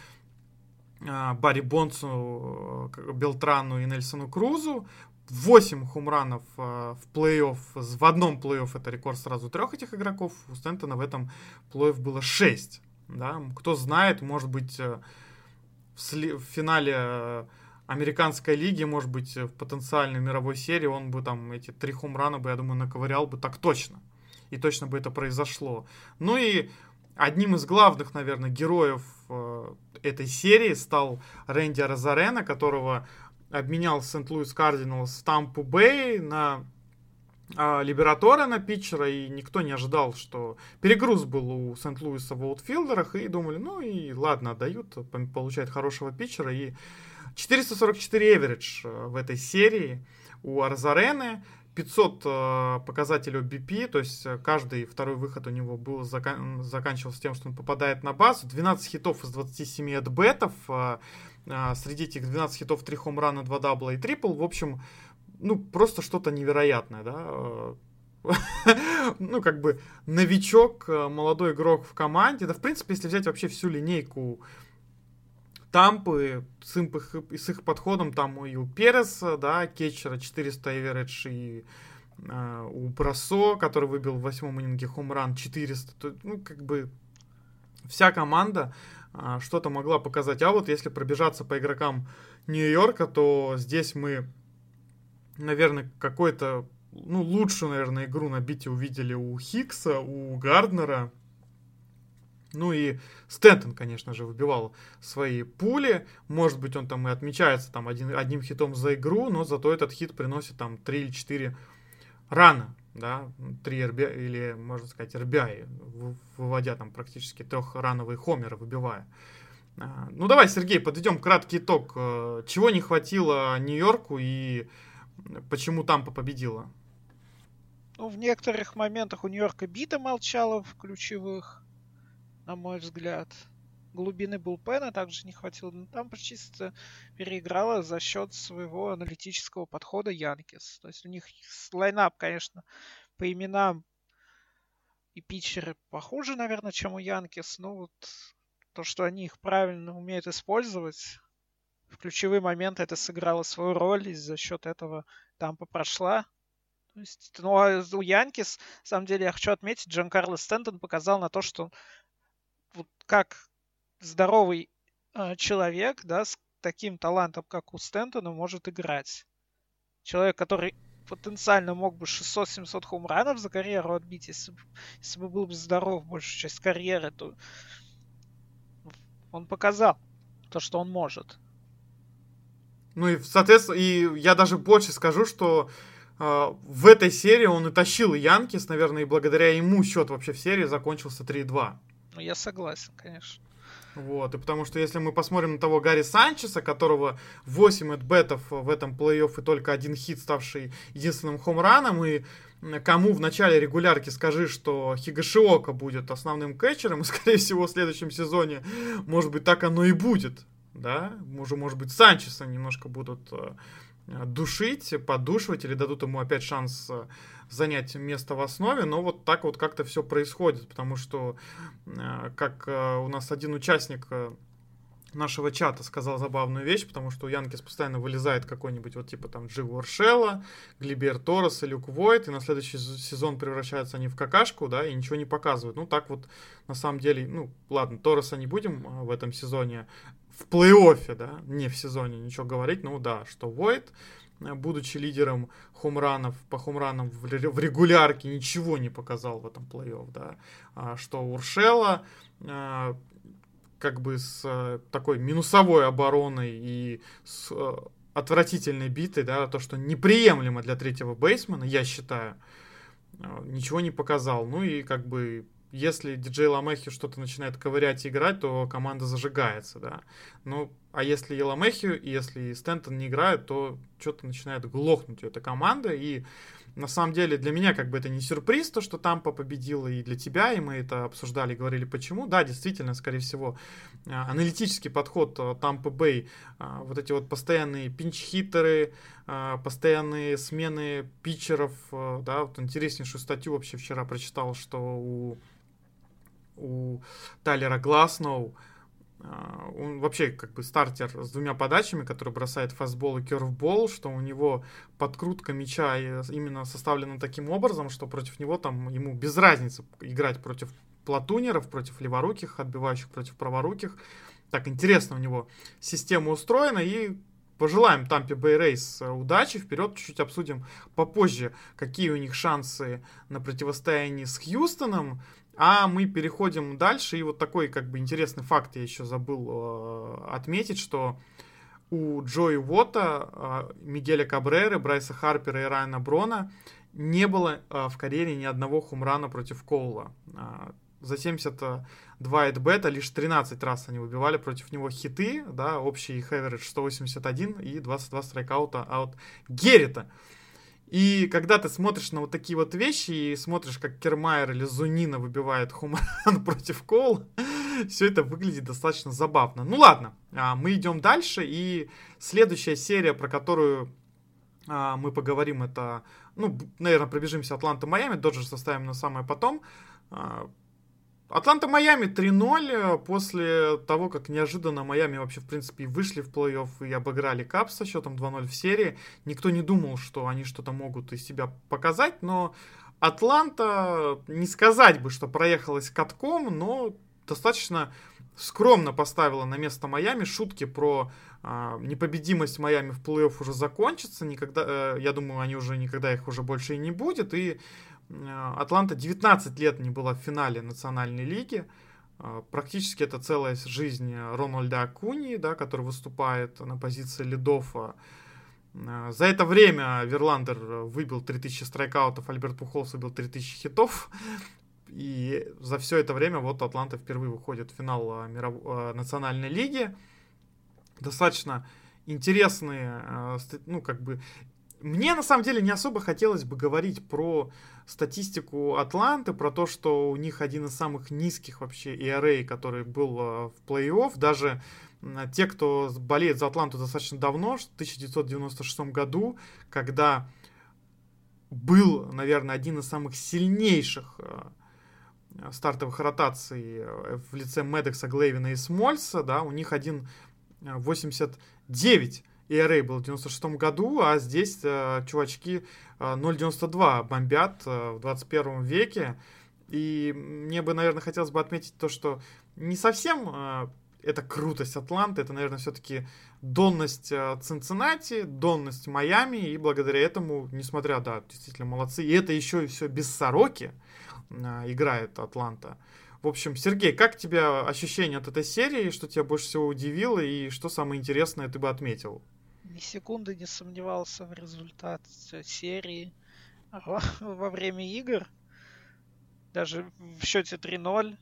Барри Бонсу, Белтрану и Нельсону Крузу. 8 хомранов в плей-офф. В одном плей-офф это рекорд сразу 3 этих игроков. У Стэнтона в этом плей-офф было 6. Да? Кто знает, может быть, в финале американской лиги, может быть, в потенциальной мировой серии он бы там эти 3 хомрана бы, я думаю, наковырял бы так точно. И точно бы это произошло. Ну и одним из главных, наверное, героев этой серии стал Рэнди Арозарена, которого обменял Сент-Луис Кардиналс в Тампу-Бэй на Либератора, на питчера, и никто не ожидал, что перегруз был у Сент-Луиса в аутфилдерах, и думали, и ладно, отдают, получает хорошего питчера, и 444 эверидж в этой серии у Арозарены, 500 показателей OBP, то есть каждый второй выход у него был заканчивался тем, что он попадает на базу, 12 хитов из 27 отбетов, среди этих 12 хитов 3 хомрана, 2 дабла и трипл, в общем, просто что-то невероятное, да, как бы новичок, молодой игрок в команде, да, в принципе, если взять вообще всю линейку Тампы с их подходом, там и у Переса, да, кетчера 400 эверидж, и у Бросо, который выбил в 8-м иннинге хомран 400, то, как бы вся команда что-то могла показать. А вот если пробежаться по игрокам Нью-Йорка, то здесь мы, наверное, какой-то, лучшую, наверное, игру на бите увидели у Хикса, у Гарднера. И Стэнтон, конечно же, выбивал свои пули. Может быть, он там и отмечается там одним хитом за игру, но зато этот хит приносит там 3 или 4 рана, да, 3 RBI, или, можно сказать, RBI, выводя там практически 3-рановые хомеры, выбивая. Давай, Сергей, подведем краткий итог. Чего не хватило Нью-Йорку и почему Тампа победила?
В некоторых моментах у Нью-Йорка бита молчала в ключевых, на мой взгляд. Глубины булпена также не хватило. Но там чисто переиграла за счет своего аналитического подхода Янкис. То есть у них лайнап, конечно, по именам и питчеры похуже, наверное, чем у Янкис. Но вот то, что они их правильно умеют использовать. В ключевые моменты это сыграло свою роль, и за счет этого Тампа прошла. То есть, ну, а у Янкис, на самом деле, я хочу отметить, Джанкарло Стэнтон показал на то, что вот как здоровый человек, да, с таким талантом, как у Стэнтона, может играть. Человек, который потенциально мог бы 600-700 хоумранов за карьеру отбить, если бы был бы здоров большую часть карьеры, то он показал то, что он может.
Ну и, соответственно, и я даже больше скажу, что в этой серии он и тащил Янкис, наверное, и благодаря ему счет вообще в серии закончился 3-2.
Ну, я согласен, конечно.
Вот, и потому что если мы посмотрим на того Гарри Санчеса, которого 8 отбетов в этом плей-офф и только один хит, ставший единственным хоумраном, и кому в начале регулярки скажи, что Хигашиока будет основным кэтчером, и, скорее всего, в следующем сезоне, может быть, так оно и будет, да, может быть, Санчеса немножко будут душить, поддушивать, или дадут ему опять шанс занять место в основе, но вот так вот как-то все происходит, потому что, как у нас один участник нашего чата сказал забавную вещь, потому что у Янкис постоянно вылезает какой-нибудь вот типа там Джи Уоршелла, Глибер Торрес и Люк Войт, и на следующий сезон превращаются они в какашку, да, и ничего не показывают. Ну, так вот, на самом деле, ну, ладно, Торреса не будем в этом сезоне, в плей-оффе, да, не в сезоне ничего говорить, ну да, что Войт, будучи лидером хоумранов, по хоумранам в регулярке, ничего не показал в этом плей-офф, да, что Уршелла как бы с такой минусовой обороной и с отвратительной битой, да, то, что неприемлемо для третьего бейсмена, я считаю, ничего не показал. Ну и как бы если Диджей Ламехи что-то начинает ковырять и играть, то команда зажигается, да. Ну, а если и Ламехи, и если Стэнтон не играет, то что-то начинает глохнуть эта команда, и на самом деле для меня как бы это не сюрприз, то, что Тампа победила, и для тебя, и мы это обсуждали, говорили почему. Да, действительно, скорее всего, аналитический подход Тампа Бэй, вот эти вот постоянные пинч-хиттеры, постоянные смены питчеров, да, вот интереснейшую статью вообще вчера прочитал, что у Тайлера Гласноу, он вообще как бы стартер с двумя подачами, который бросает фастбол и кёрфбол, что у него подкрутка мяча именно составлена таким образом, что против него там ему без разницы играть против платунеров, против леворуких, отбивающих против праворуких. Так интересно у него система устроена, и пожелаем Тампе Бэй Рейс удачи. Вперед чуть-чуть обсудим попозже, какие у них шансы на противостояние с Хьюстоном. А мы переходим дальше. И вот такой как бы интересный факт я еще забыл отметить, что у Джои Уотта, Мигеля Кабреры, Брайса Харпера и Райана Брона не было в карьере ни одного хоумрана против Коула. За 72 эт-бета лишь 13 раз они выбивали против него хиты, да, общий их эверидж 181 и 22 страйкаута от Геррита. И когда ты смотришь на вот такие вот вещи и смотришь, как Кермайер или Зунина выбивает хоумран против Коула, все это выглядит достаточно забавно. Ну ладно, мы идем дальше, и следующая серия, про которую мы поговорим, это, ну, наверное, пробежимся Атланта-Майами, Доджерс оставим на самое потом. Атланта-Майами 3-0 после того, как неожиданно Майами вообще, в принципе, вышли в плей-офф и обыграли Капс со счетом 2-0 в серии. Никто не думал, что они что-то могут из себя показать, но Атланта, не сказать бы, что проехалась катком, но достаточно скромно поставила на место Майами. Шутки про непобедимость Майами в плей-офф уже закончатся. Никогда, я думаю, они уже никогда их уже больше и не будет. И Атланта 19 лет не была в финале Национальной лиги. Практически это целая жизнь Рональда Акуни, да, который выступает на позиции лидофа. За это время Верландер выбил 3000 страйкаутов, Альберт Пухолс выбил 3000 хитов. И за все это время вот Атланта впервые выходит в финал Национальной лиги. Достаточно интересные, ну, как бы... Мне, на самом деле, не особо хотелось бы говорить про статистику Атланты, про то, что у них один из самых низких вообще ERA, который был в плей-офф. Даже те, кто болеет за Атланту достаточно давно, в 1996 году, когда был, наверное, один из самых сильнейших стартовых ротаций в лице Медекса, Глейвина и Смольса, да, у них 1.89 ERA был в 96 году, а здесь чувачки 0.92 бомбят в 21 веке. И мне бы, наверное, хотелось бы отметить то, что не совсем это крутость Атланты, это, наверное, все-таки донность Цинциннати, донность Майами, и благодаря этому, несмотря, да, действительно молодцы, и это еще и все без Сороки играет Атланта. В общем, Сергей, как у тебя ощущения от этой серии, что тебя больше всего удивило, и что самое интересное ты бы отметил?
Ни секунды не сомневался в результате серии во время игр. Даже в счете 3-0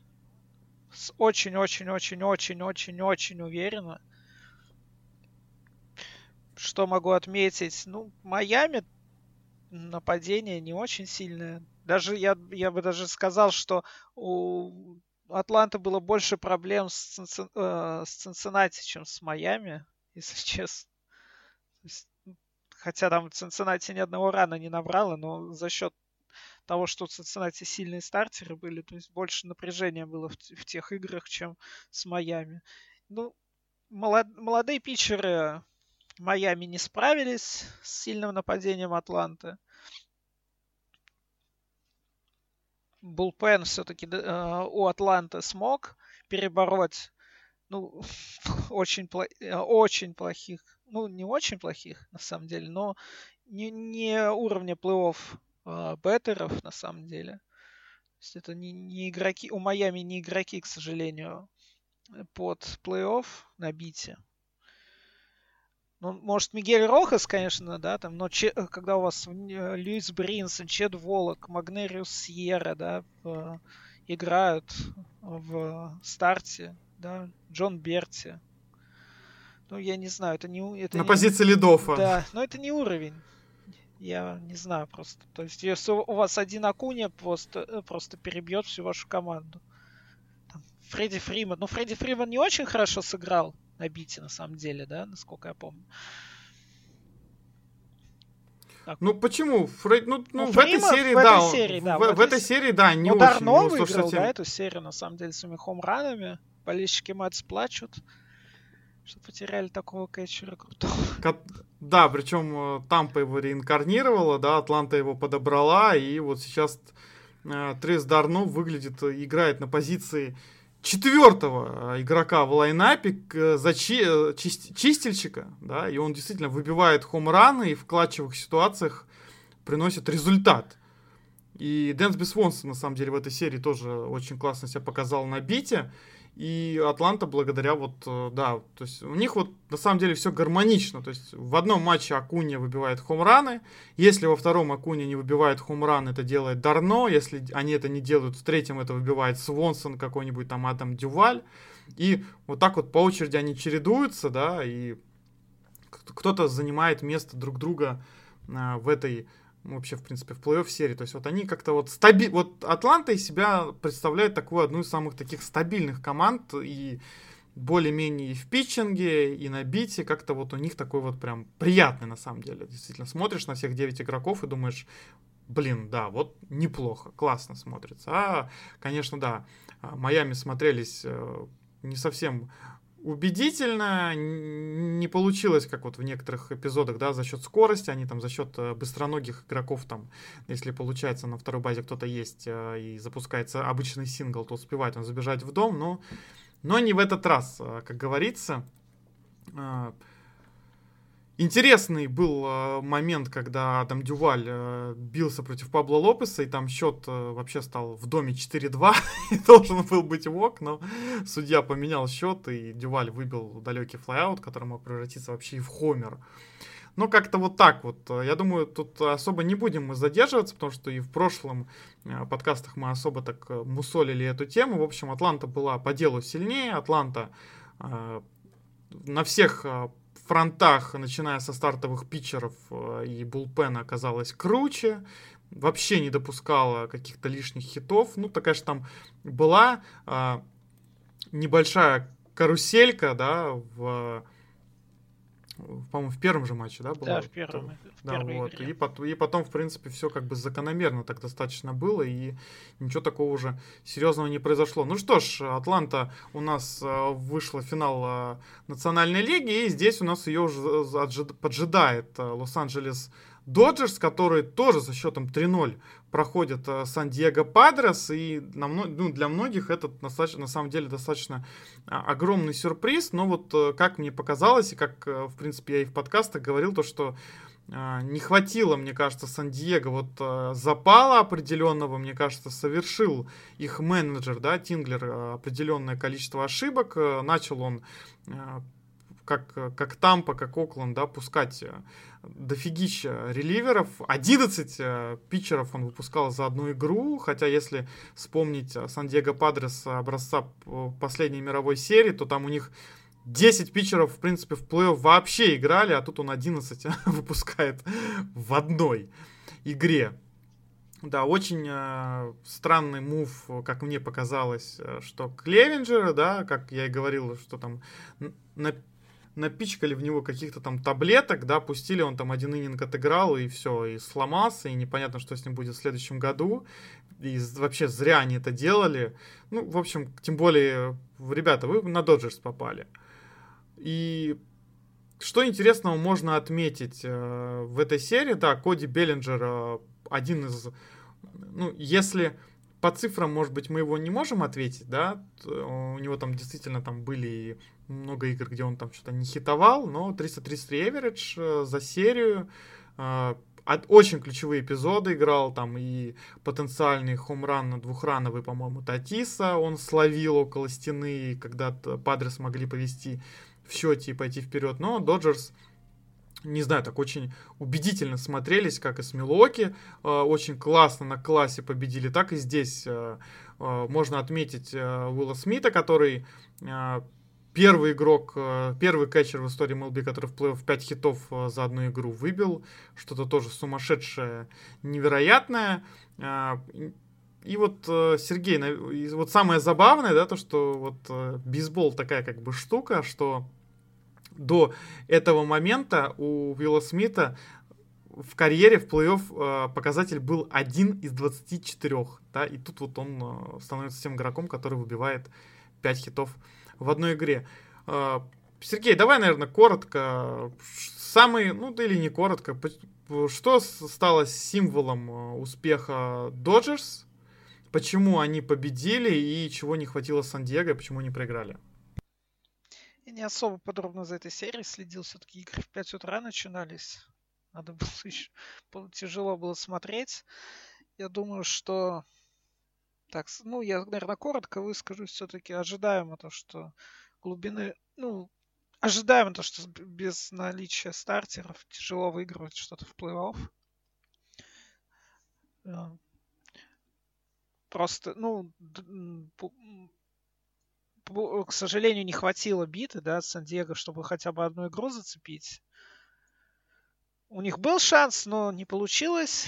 очень-очень-очень-очень-очень уверенно. Что могу отметить? Ну, Майами нападение не очень сильное. Даже я бы даже сказал, что у Атланты было больше проблем с Цинциннати, чем с Майами, если честно. Хотя там Цинциннати ни одного рана не набрало, но за счет того, что у Цинциннати сильные стартеры были, то есть больше напряжения было в тех играх, чем с Майами. Ну, молодые питчеры Майами не справились с сильным нападением Атланты. Булпен все-таки у Атланты смог перебороть, ну, очень плохих, ну, не очень плохих, на самом деле, но не уровня плей-офф беттеров, на самом деле. То есть это не игроки, у Майами не игроки, к сожалению, под плей-офф на бите. Ну, может, Мигель Рохас, конечно, да, там, но когда у вас Льюис Бринсон, Чед Волок, Магнериус Сьерра, да, играют в старте, да, Джон Берти. Ну, я не знаю, это не...
На позиции лидофа.
Да, но это не уровень. Я не знаю просто. То есть, если у вас один Акунья просто перебьет всю вашу команду. Там, Фредди Фриман. Ну, Фредди Фриман не очень хорошо сыграл на бите, на самом деле, да, насколько я помню.
Так. Ну почему? В этой серии, да, не очень.
Дарно выиграл, да, эту серию, на самом деле, своими хоум-ранами. Болельщики Мэтс плачут, что потеряли такого кэтчера крутого.
Да, причем Тампа его реинкарнировала, да, Атланта его подобрала, и вот сейчас Трейс Дарно играет на позиции 4-го игрока в лайнапе за чистильщика, да, и он действительно выбивает хоум-раны и в клатчевых ситуациях приносит результат. И Дэнсби Свонсон, на самом деле, в этой серии тоже очень классно себя показал на бите. И Атланта благодаря то есть у них на самом деле все гармонично. То есть в одном матче Акунья выбивает хоум-раны. Если во втором Акунья не выбивает хоум-ран, это делает Дарно. Если они это не делают, в третьем это выбивает Свонсон, какой-нибудь там Адам Дюваль. И вот так вот по очереди они чередуются, да, и кто-то занимает место друг друга в этой... вообще, в принципе, в плей-офф серии. То есть вот они как-то Вот Атланта из себя представляет такую одну из самых таких стабильных команд и более-менее и в питчинге, и на бите. Как-то вот у них такой вот прям приятный, на самом деле. Действительно, смотришь на всех 9 игроков и думаешь, блин, да, вот неплохо, классно смотрится. А, конечно, да, Майами смотрелись не совсем... убедительно, не получилось, как вот в некоторых эпизодах, да, за счет скорости, они там за счет быстроногих игроков, там, если получается на второй базе кто-то есть и запускается обычный сингл, то успевает он забежать в дом, но не в этот раз, как говорится. Интересный был момент, когда Адам Дюваль бился против Пабло Лопеса, и там счет вообще стал в доме 4-2, и должен был быть вок, но судья поменял счет, и Дюваль выбил далекий флай-аут, который мог превратиться вообще и в хомер. Но как-то вот так вот. Я думаю, тут особо не будем мы задерживаться, потому что и в прошлом подкастах мы особо так мусолили эту тему. В общем, Атланта была по делу сильнее, Атланта на всех фронтах, начиная со стартовых питчеров и булпена, оказалась круче, вообще не допускала каких-то лишних хитов. Ну, такая же там была небольшая каруселька, да, в по-моему, в первом же матче, да, было?
Да, в первой
вот.
игре.
И потом, в принципе, все как бы закономерно так достаточно было, и ничего такого уже серьезного не произошло. Ну что ж, Атланта у нас вышла в финал Национальной лиги, и здесь у нас ее уже поджидает Лос-Анджелес Доджерс, который тоже со счетом 3-0 проходит Сан-Диего Падрес, и для многих это на самом деле достаточно огромный сюрприз, но вот как мне показалось, и как, в принципе, я и в подкастах говорил, то, что не хватило, мне кажется, Сан-Диего вот запала определенного, мне кажется, совершил их менеджер, да, Тинглер, определенное количество ошибок, начал он как Тампа, как Окленд, да, пускать дофигища реливеров. 11 питчеров он выпускал за одну игру, хотя если вспомнить Сан-Диего Падрес образца последней мировой серии, то там у них 10 питчеров, в принципе, в плей-офф вообще играли, а тут он 11 выпускает в одной игре. Да, очень странный мув, как мне показалось, что Клевинджера, да, как я и говорил, что там напичкали в него каких-то там таблеток, да, пустили, он там один иннинг отыграл, и все, и сломался, и непонятно, что с ним будет в следующем году. И вообще зря они это делали. Ну, в общем, тем более, ребята, вы на Доджерс попали. И что интересного можно отметить в этой серии, да, Коди Беллинджер один из, ну, если по цифрам, может быть, мы его не можем ответить, да, у него там действительно там были много игр, где он там что-то не хитовал, но 333 average за серию, очень ключевые эпизоды играл, там и потенциальный хомран двухрановый, по-моему, Татиса он словил около стены, когда Падрес могли повести в счете и пойти вперед, но Доджерс, не знаю, так очень убедительно смотрелись, как и с Милуоки, очень классно на классе победили, так и здесь можно отметить Уилла Смита, который первый игрок, первый кэтчер в истории MLB, который в плей-офф 5 хитов за одну игру выбил, что-то тоже сумасшедшее, невероятное. И вот, Сергей, вот самое забавное, да, то, что вот бейсбол такая как бы штука, что до этого момента у Уилла Смита в карьере в плей-офф показатель был 1 из 24, да, и тут вот он становится тем игроком, который выбивает 5 хитов в одной игре. Сергей, давай, наверное, коротко, ну, или не коротко, что стало символом успеха Доджерс, почему они победили и чего не хватило Сан-Диего, и почему они проиграли?
Я не особо подробно за этой серией следил, все-таки игры в 5 утра начинались. Надо было еще... Тяжело было смотреть. Я думаю, что... Так, ну, я, наверное, коротко выскажусь. Все-таки ожидаемо то, что глубины... Ну, ожидаемо то, что без наличия стартеров тяжело выигрывать что-то в плей-офф. Просто, ну... К сожалению, не хватило биты, да, Сан-Диего, чтобы хотя бы одну игру зацепить. У них был шанс, но не получилось.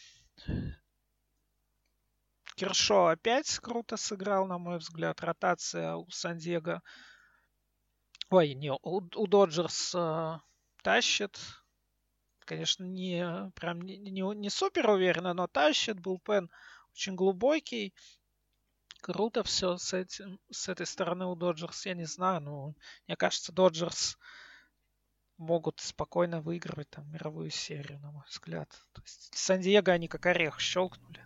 Кершо опять круто сыграл, на мой взгляд. Ротация у Сан-Диего. Ой, не, у Доджерс тащит. Конечно, не супер уверенно, но тащит. Булпен очень глубокий. Круто все с этой стороны у Доджерс, я не знаю, но мне кажется, Доджерс могут спокойно выигрывать там мировую серию, на мой взгляд. То есть Сан-Диего они как орех щелкнули.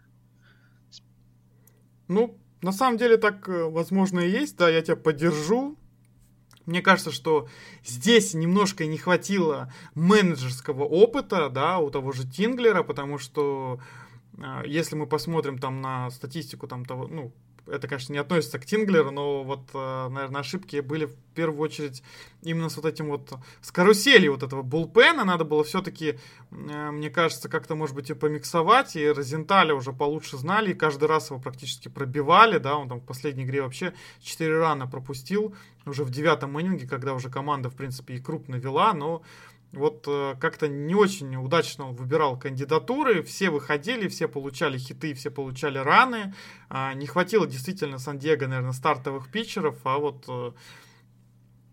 Ну, на самом деле так, возможно, и есть, да, я тебя поддержу. Мне кажется, что здесь немножко не хватило менеджерского опыта, да, у того же Тинглера, потому что если мы посмотрим там на статистику там того, ну, это, конечно, не относится к Тинглеру, но вот, наверное, ошибки были в первую очередь именно с вот этим вот, с каруселью вот этого булпена. Надо было все-таки, мне кажется, как-то, может быть, и помиксовать, и Розенталя уже получше знали, и каждый раз его практически пробивали, да, он там в последней игре вообще 4 рана пропустил, уже в 9-м иннинге, когда уже команда, в принципе, и крупно вела, но вот как-то не очень удачно он выбирал кандидатуры, все выходили, все получали хиты, все получали раны, не хватило действительно Сан-Диего, наверное, стартовых питчеров, а вот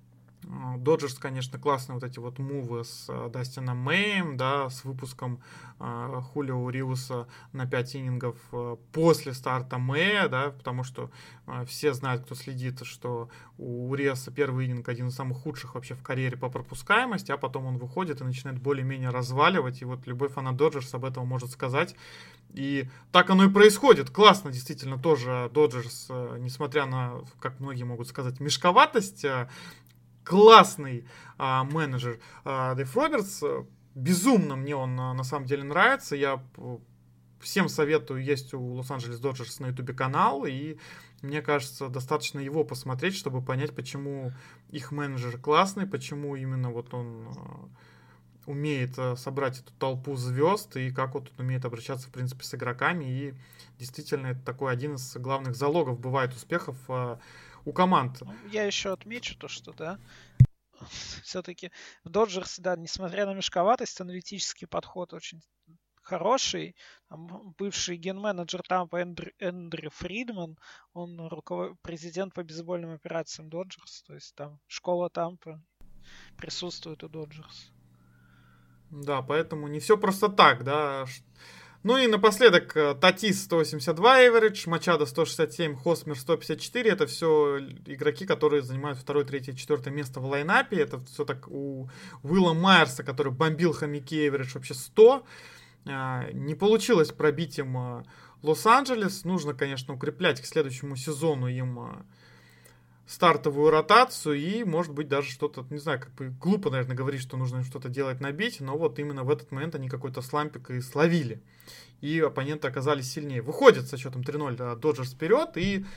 Доджерс, конечно, классные вот эти вот мувы с Дастином Мэем, да, с выпуском Хулио Уриуса на 5 иннингов после старта Мэя, да, потому что все знают, кто следит, что у Уриаса первый иннинг один из самых худших вообще в карьере по пропускаемости, а потом он выходит и начинает более-менее разваливать, и вот любой фанат Доджерс об этом может сказать. И так оно и происходит. Классно, действительно, тоже Доджерс, несмотря на, как многие могут сказать, мешковатость, классный менеджер Дэйв Робертс. Безумно мне он на самом деле нравится. Я всем советую, есть у Лос-Анджелес Доджерс на ютубе канал, и мне кажется, достаточно его посмотреть, чтобы понять, почему их менеджер классный, почему именно вот он умеет собрать эту толпу звезд, и как вот он умеет обращаться, в принципе, с игроками. И действительно, это такой один из главных залогов бывает успехов у команд.
Я еще отмечу то, что, да, все-таки в Доджерс, да, несмотря на мешковатость, аналитический подход очень хороший. Там бывший ген-менеджер Тампа Эндрю Фридман, он президент по бейсбольным операциям Доджерс, то есть там школа Тампа присутствует у Доджерс.
Да, поэтому не все просто так, да. Ну и напоследок Татис 182 average, Мачадо 167, Хосмер 154. Это все игроки, которые занимают 2, 3, 4 место в лайнапе. Это все так у Уилла Майерса, который бомбил хомяки, average вообще 100. Не получилось пробить им Лос-Анджелес. Нужно, конечно, укреплять к следующему сезону им стартовую ротацию и, может быть, даже что-то, не знаю, как бы глупо, наверное, говорить, что нужно что-то делать, набить, но вот именно в этот момент они какой-то слампик и словили. И оппоненты оказались сильнее. Выходит со счетом 3-0 Доджерс вперед, и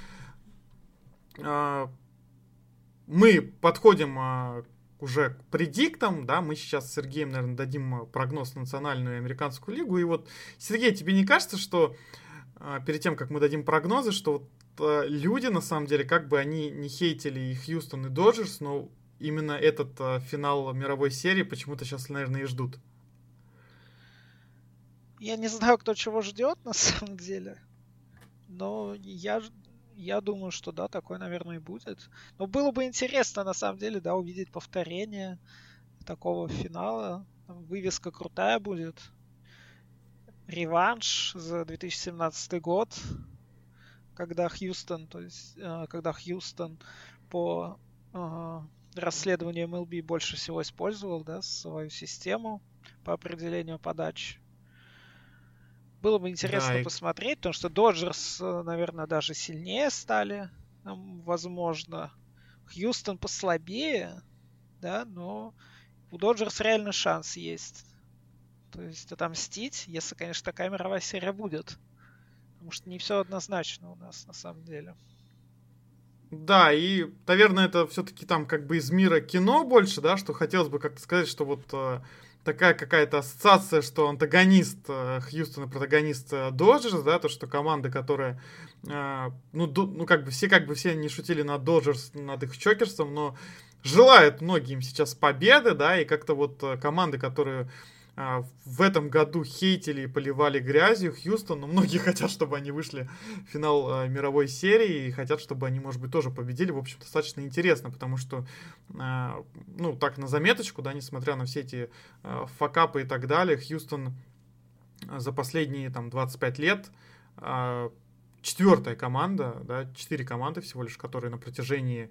мы подходим уже к предиктам, да, мы сейчас с Сергеем, наверное, дадим прогноз на национальную и американскую лигу, и вот, Сергей, тебе не кажется, что перед тем, как мы дадим прогнозы, что вот люди, на самом деле, как бы они не хейтили и Хьюстон, и Доджерс, но именно этот финал мировой серии почему-то сейчас, наверное, и ждут.
Я не знаю, кто чего ждет, на самом деле. Но я думаю, что да, такое, наверное, и будет. Но было бы интересно, на самом деле, да, увидеть повторение такого финала. Вывеска крутая будет. Реванш за 2017 год. Когда Хьюстон по расследованию MLB больше всего использовал, да, свою систему по определению подач. Было бы интересно посмотреть, потому что Доджерс, наверное, даже сильнее стали, возможно. Хьюстон послабее, да, но у Доджерс реально шанс есть. То есть отомстить, если, конечно, такая мировая серия будет. Потому что не все однозначно у нас, на самом деле.
Да, и, наверное, это все-таки там как бы из мира кино больше, да, что хотелось бы как-то сказать, что вот такая какая-то ассоциация, что антагонист Хьюстона, протагонист Доджерс, да, то, что команда, которая, как бы все не шутили над Доджерс, над их чокерством, но желают многие им сейчас победы, да, и как-то вот команды, которые в этом году хейтили и поливали грязью Хьюстон, но многие хотят, чтобы они вышли в финал мировой серии и хотят, чтобы они, может быть, тоже победили. В общем, достаточно интересно, потому что, так на заметочку, да, несмотря на все эти факапы и так далее, Хьюстон за последние 25 лет 4-я команда, да, 4 команды всего лишь, которые на протяжении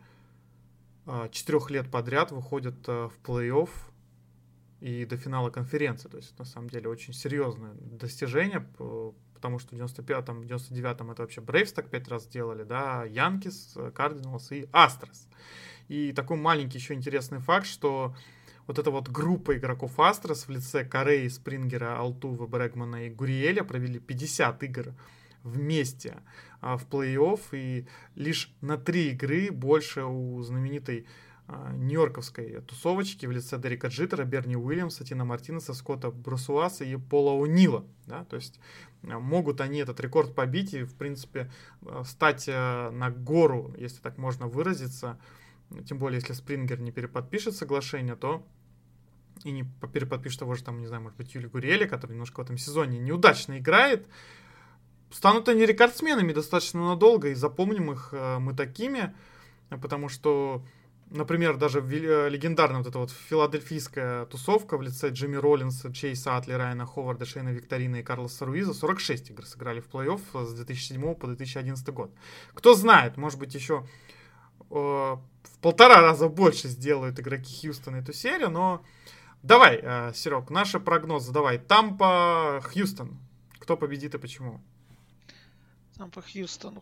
4 лет подряд выходят в плей-офф и до финала конференции. То есть, на самом деле, очень серьезное достижение, потому что в 95-м, 99-м это вообще Брейвс так 5 раз сделали, да, Янкис, Кардиналс и Астрос. И такой маленький еще интересный факт, что вот эта вот группа игроков Астрос в лице Корреи, Спрингера, Алтувы, Брэгмана и Гуриэля провели 50 игр вместе в плей-офф, и лишь на 3 игры больше у знаменитой нью-йорковской тусовочки в лице Дерека Джиттера, Берни Уильямса, Тина Мартинеса, Скотта Брусуаса и Пола О'Нила. Да? То есть могут они этот рекорд побить и, в принципе, стать на гору, если так можно выразиться. Тем более, если Спрингер не переподпишет соглашение, то и не переподпишет того же, там, не знаю, может быть, Юли Гуриэля, который немножко в этом сезоне неудачно играет. Станут они рекордсменами достаточно надолго, и запомним их мы такими, потому что например, даже легендарная вот эта вот филадельфийская тусовка в лице Джимми Роллинса, Чейса Атли, Райана Ховарда, Шейна Викторина и Карлоса Руиза 46 игр сыграли в плей-офф с 2007 по 2011 год. Кто знает, может быть, еще в 1,5 раза больше сделают игроки Хьюстона эту серию, но давай, Серег, наши прогнозы, давай. Тампа, Хьюстон. Кто победит и почему?
Тампа, Хьюстон.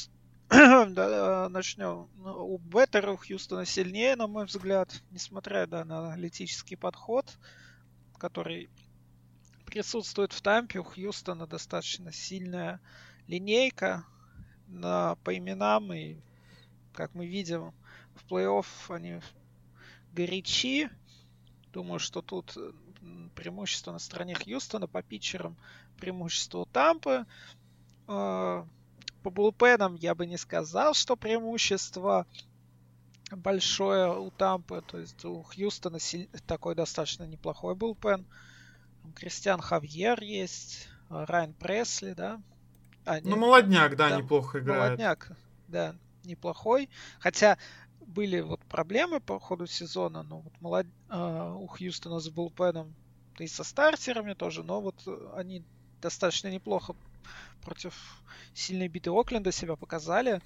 Начнем. У Беттера, у Хьюстона сильнее, на мой взгляд, несмотря на аналитический подход, который присутствует в Тампе. У Хьюстона достаточно сильная линейка по именам, и, как мы видим, в плей-офф они горячи. Думаю, что тут преимущество на стороне Хьюстона, по питчерам преимущество у Тампы. По булпенам я бы не сказал, что преимущество большое у Тампы. То есть у Хьюстона такой достаточно неплохой булпен. Кристиан Хавьер есть, Райан Пресли, да.
Молодняк, да, неплохо играет.
Молодняк, да, неплохой. Хотя были вот проблемы по ходу сезона, но вот у Хьюстона с булпеном, да и со стартерами тоже, но вот они достаточно неплохо против сильной биты Окленда себя показали.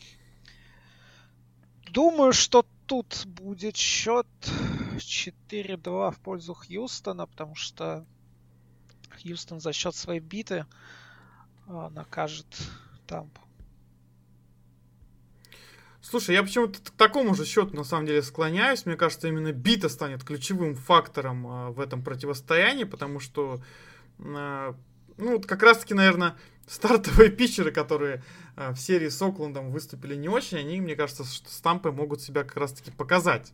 Думаю, что тут будет счет 4-2 в пользу Хьюстона, потому что Хьюстон за счет своей биты накажет Тампу.
Слушай, я почему-то к такому же счету на самом деле склоняюсь. Мне кажется, именно бита станет ключевым фактором в этом противостоянии, потому что, вот как раз-таки, наверное, стартовые питчеры, которые в серии с Оклендом выступили не очень, они, мне кажется, что с Тампой могут себя как раз-таки показать.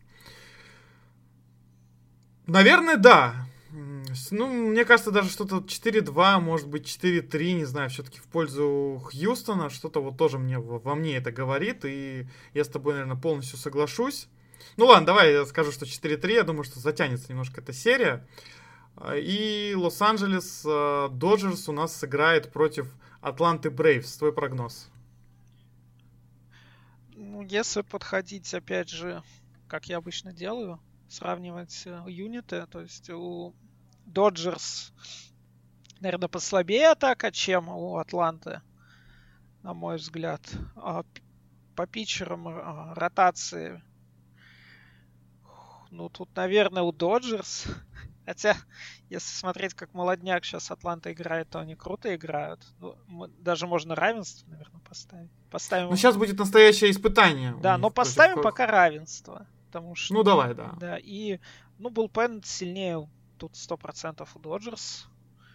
Наверное, да. Мне кажется, даже что-то 4-2, может быть 4-3, не знаю, все-таки в пользу Хьюстона. Что-то вот тоже во мне это говорит, и я с тобой, наверное, полностью соглашусь. Ну ладно, давай я скажу, что 4-3, я думаю, что затянется немножко эта серия. И Лос-Анджелес Доджерс у нас сыграет против Атланты Брейвс. Твой прогноз?
Если подходить, опять же, как я обычно делаю, сравнивать юниты, то есть у Доджерс, наверное, послабее атака, чем у Атланты, на мой взгляд. По питчерам ротации, тут, наверное, у Доджерс. Хотя, если смотреть, как молодняк сейчас Атланта играет, то они круто играют. Даже можно равенство, наверное, поставить.
Сейчас будет настоящее испытание.
Да, но поставим пока равенство. Потому что,
давай, да.
Да, и, булпен сильнее тут 100% у Доджерс.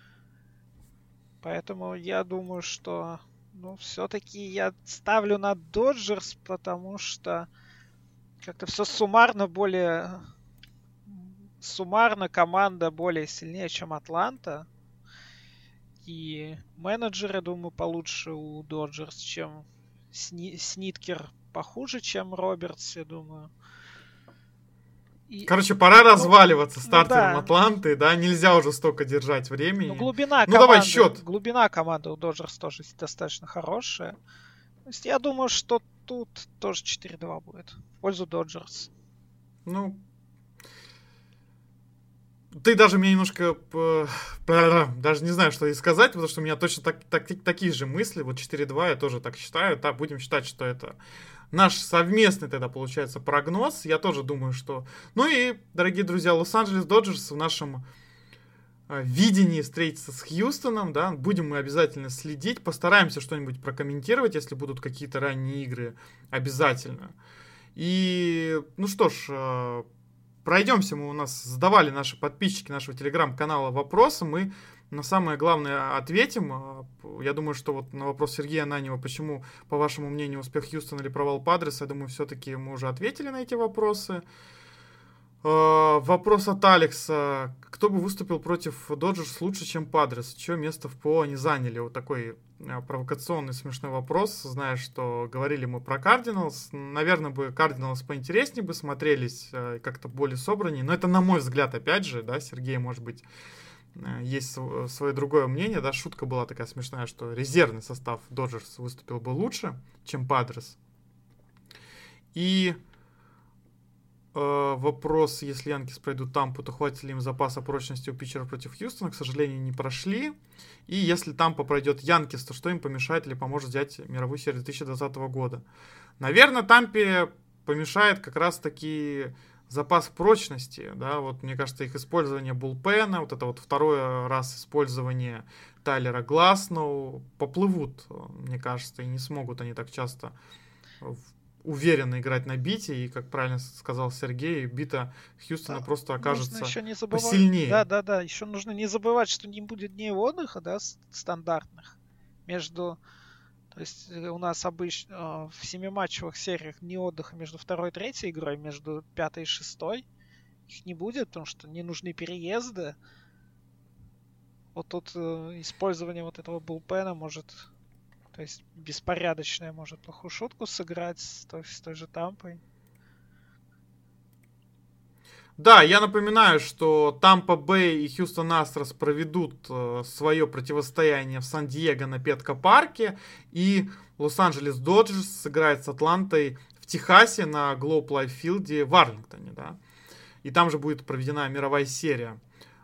Поэтому я думаю, что, все-таки я ставлю на Доджерс, потому что как-то все суммарно команда более сильнее, чем Атланта. И менеджеры, думаю, получше у Доджерс, чем Сниткер похуже, чем Робертс, я думаю.
Короче, пора разваливаться стартером Атланты, да, нельзя уже столько держать времени.
Глубина команды,
давай счет.
Глубина команды у Доджерс тоже достаточно хорошая. То есть я думаю, что тут тоже 4-2 будет в пользу Доджерс.
Ты даже мне немножко даже не знаю, что и сказать, потому что у меня точно такие же мысли. Вот 4-2 я тоже так считаю. Да, будем считать, что это наш совместный тогда получается прогноз. Я тоже думаю, что... и, дорогие друзья, Лос-Анджелес Доджерс в нашем видении встретиться с Хьюстоном, да, будем мы обязательно следить, постараемся что-нибудь прокомментировать, если будут какие-то ранние игры, обязательно. И, что ж, пройдемся, у нас задавали наши подписчики нашего телеграм-канала вопросы, мы на самое главное ответим. Я думаю, что вот на вопрос Сергея Ананьева, почему, по вашему мнению, успех Хьюстона или провал Падреса, я думаю, все-таки мы уже ответили на эти вопросы. Вопрос от Алекса. Кто бы выступил против Доджерс лучше, чем Падрес? Чье место в ПО они заняли? Вот такой провокационный, смешной вопрос. Зная, что говорили мы про Кардиналс. Наверное, бы Кардиналс поинтереснее бы смотрелись, как-то более собраннее. Но это на мой взгляд, опять же, да, Сергей, может быть, есть свое другое мнение. Да, шутка была такая смешная, что резервный состав Доджерс выступил бы лучше, чем Падрес. И Вопрос, если Янкис пройдут Тампу, то хватит ли им запаса прочности у питчеров против Хьюстона? К сожалению, не прошли. И если Тампа пройдет Янкис, то что им помешает или поможет взять мировую серию 2020 года? Наверное, Тампе помешает как раз-таки запас прочности. Да? Вот, мне кажется, их использование булпена, вот это вот второй раз использование Тайлера Гласноу поплывут, мне кажется, и не смогут они так часто уверенно играть на бите, и, как правильно сказал Сергей, бита Хьюстона просто окажется посильнее.
Да. Еще нужно не забывать, что не будет дней отдыха, да, стандартных. То есть у нас обычно в 7-матчевых сериях дни отдыха между второй и третьей игрой, между пятой и шестой. Их не будет, потому что не нужны переезды. Вот тут использование вот этого булпена может... То есть беспорядочная может плохую шутку сыграть с той же Тампой.
Да, я напоминаю, что Тампа Бэй и Хьюстон Астрос проведут свое противостояние в Сан-Диего на Петко-парке, и Лос-Анджелес Доджерс сыграет с Атлантой в Техасе на Globe Life Field в Арлингтоне, да. И там же будет проведена мировая серия.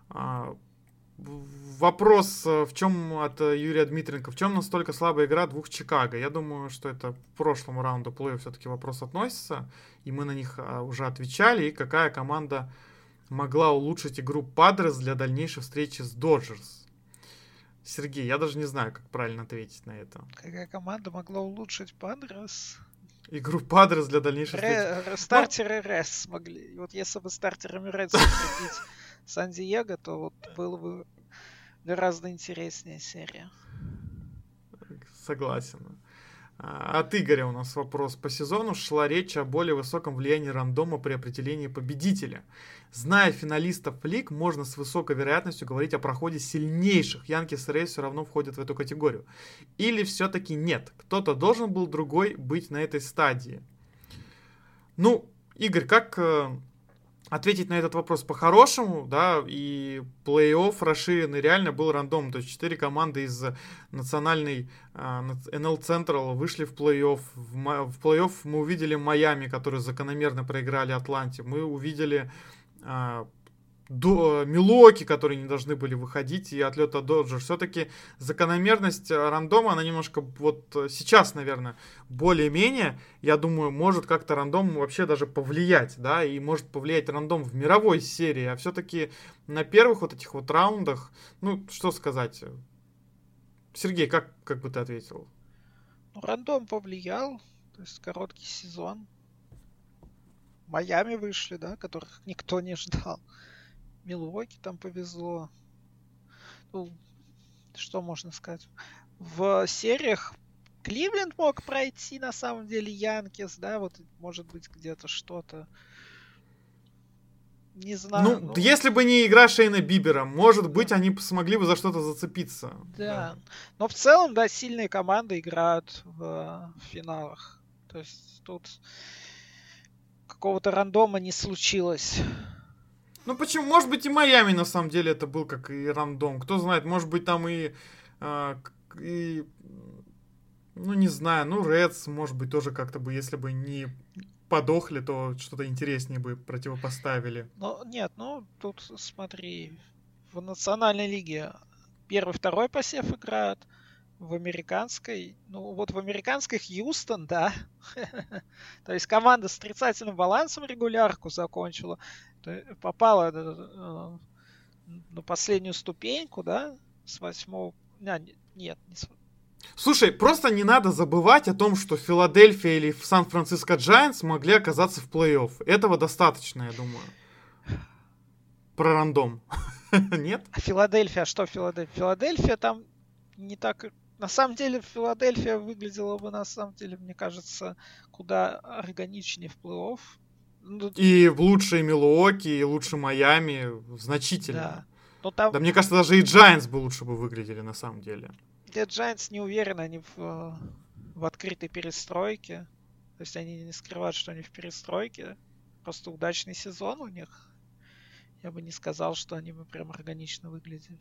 Вопрос в чем от Юрия Дмитренко, в чем настолько слабая игра двух Чикаго? Я думаю, что это к прошлому раунду плей-офф все-таки вопрос относится, и мы на них уже отвечали, и какая команда могла улучшить игру Падрес для дальнейшей встречи с Доджерс? Сергей, я даже не знаю, как правильно ответить на это.
Какая команда могла улучшить Падрес?
Игру Падрес для дальнейшей встречи.
Стартеры Рес смогли. Вот если бы стартерами Рес закрепить Сан-Диего, то вот было бы гораздо интереснее серия.
Согласен. От Игоря у нас вопрос. По сезону шла речь о более высоком влиянии рандома при определении победителя. Зная финалистов лиг, можно с высокой вероятностью говорить о проходе сильнейших. Янкис и Рейс все равно входят в эту категорию. Или все-таки нет? Кто-то должен был другой быть на этой стадии. Ну, Игорь, как ответить на этот вопрос по-хорошему, да, и плей-офф расширенный реально был рандом, то есть 4 команды из национальной NL Central вышли в плей-офф. В плей-офф мы увидели Майами, которые закономерно проиграли Атланте, мы увидели Милуоки, которые не должны были выходить, и отлета Доджер. Все-таки закономерность рандома, она немножко вот сейчас, наверное, более-менее, я думаю, может как-то рандом вообще даже повлиять, да, и может повлиять рандом в мировой серии, а все-таки на первых вот этих вот раундах, ну, что сказать. Сергей, как бы ты ответил?
Ну, рандом повлиял, то есть короткий сезон. Майами вышли, да, которых никто не ждал. Милуоки там повезло. Ну, что можно сказать? В сериях Кливленд мог пройти, на самом деле, Янкис, да, вот может быть где-то что-то. Не знаю.
Ну, если бы не игра Шейна Бибера, может быть, они смогли бы за что-то зацепиться.
Да. Но в целом, да, сильные команды играют в финалах. То есть тут какого-то рандома не случилось.
Ну почему? Может быть и Майами на самом деле это был как и рандом. Кто знает, может быть там и ну не знаю, ну Редс, может быть тоже как-то бы, если бы не подохли, то что-то интереснее бы противопоставили.
Ну нет, ну тут смотри, в национальной лиге первый, второй посев играют. В американской, ну вот в американской Хьюстон, да. То есть команда с отрицательным балансом регулярку закончила, попала на последнюю ступеньку, да, с 8-го... Нет, не с...
Слушай, просто не надо забывать о том, что Филадельфия или Сан-Франциско Джайантс могли оказаться в плей-офф. Этого достаточно, я думаю. Про рандом. Нет?
А Филадельфия, что Филадельфия? Филадельфия там не так... На самом деле, Филадельфия выглядела бы, на самом деле, мне кажется, куда органичнее в плей-офф.
И в лучшие Милуоки, и лучше Майами значительно.
Да. Но там...
Да, мне кажется, даже и Giants бы лучше бы выглядели, на самом деле.
Для Giants не уверены, они в открытой перестройке. То есть они не скрывают, что они в перестройке. Просто удачный сезон у них. Я бы не сказал, что они бы прям органично выглядели.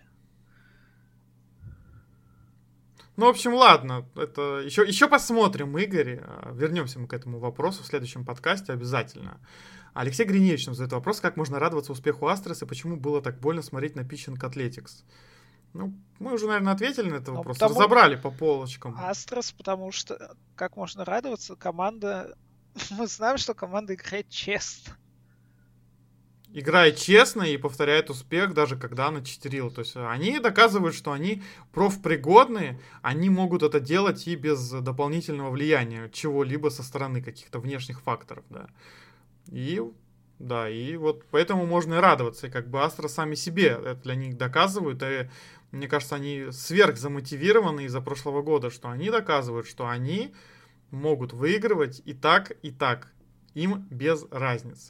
Ну, в общем, ладно, это еще посмотрим, Игорь. Вернемся мы к этому вопросу в следующем подкасте обязательно. Алексей Гриневич нам задает вопрос, как можно радоваться успеху Астрос и почему было так больно смотреть на питчинг Атлетикс. Ну, мы уже, наверное, ответили на этот вопрос, разобрали по полочкам.
Астрос, потому что как можно радоваться, команда... Мы знаем, что команда играет честно.
Играет честно и повторяет успех, даже когда она читерила. То есть они доказывают, что они профпригодные, они могут это делать и без дополнительного влияния чего-либо со стороны каких-то внешних факторов, да. И вот поэтому можно и радоваться. И как бы Астра сами себе это для них доказывают. И мне кажется, они сверхзамотивированы из-за прошлого года, что они доказывают, что они могут выигрывать и так, и так. Им без разницы.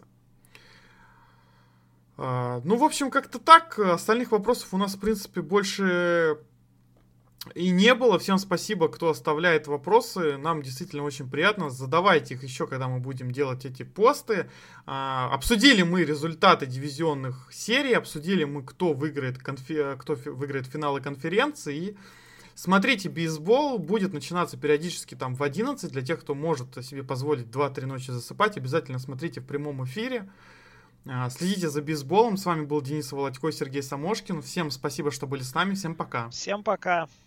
Ну, в общем, как-то так. Остальных вопросов у нас, в принципе, больше и не было. Всем спасибо, кто оставляет вопросы. Нам действительно очень приятно. Задавайте их еще, когда мы будем делать эти посты. Обсудили мы результаты дивизионных серий. Обсудили мы, кто выиграет финалы конференции. И смотрите, бейсбол будет начинаться периодически там в 11. Для тех, кто может себе позволить 2-3 ночи засыпать, обязательно смотрите в прямом эфире. Следите за бейсболом. С вами был Денис Володько, Сергей Самошкин. Всем спасибо, что были с нами. Всем пока.
Всем пока.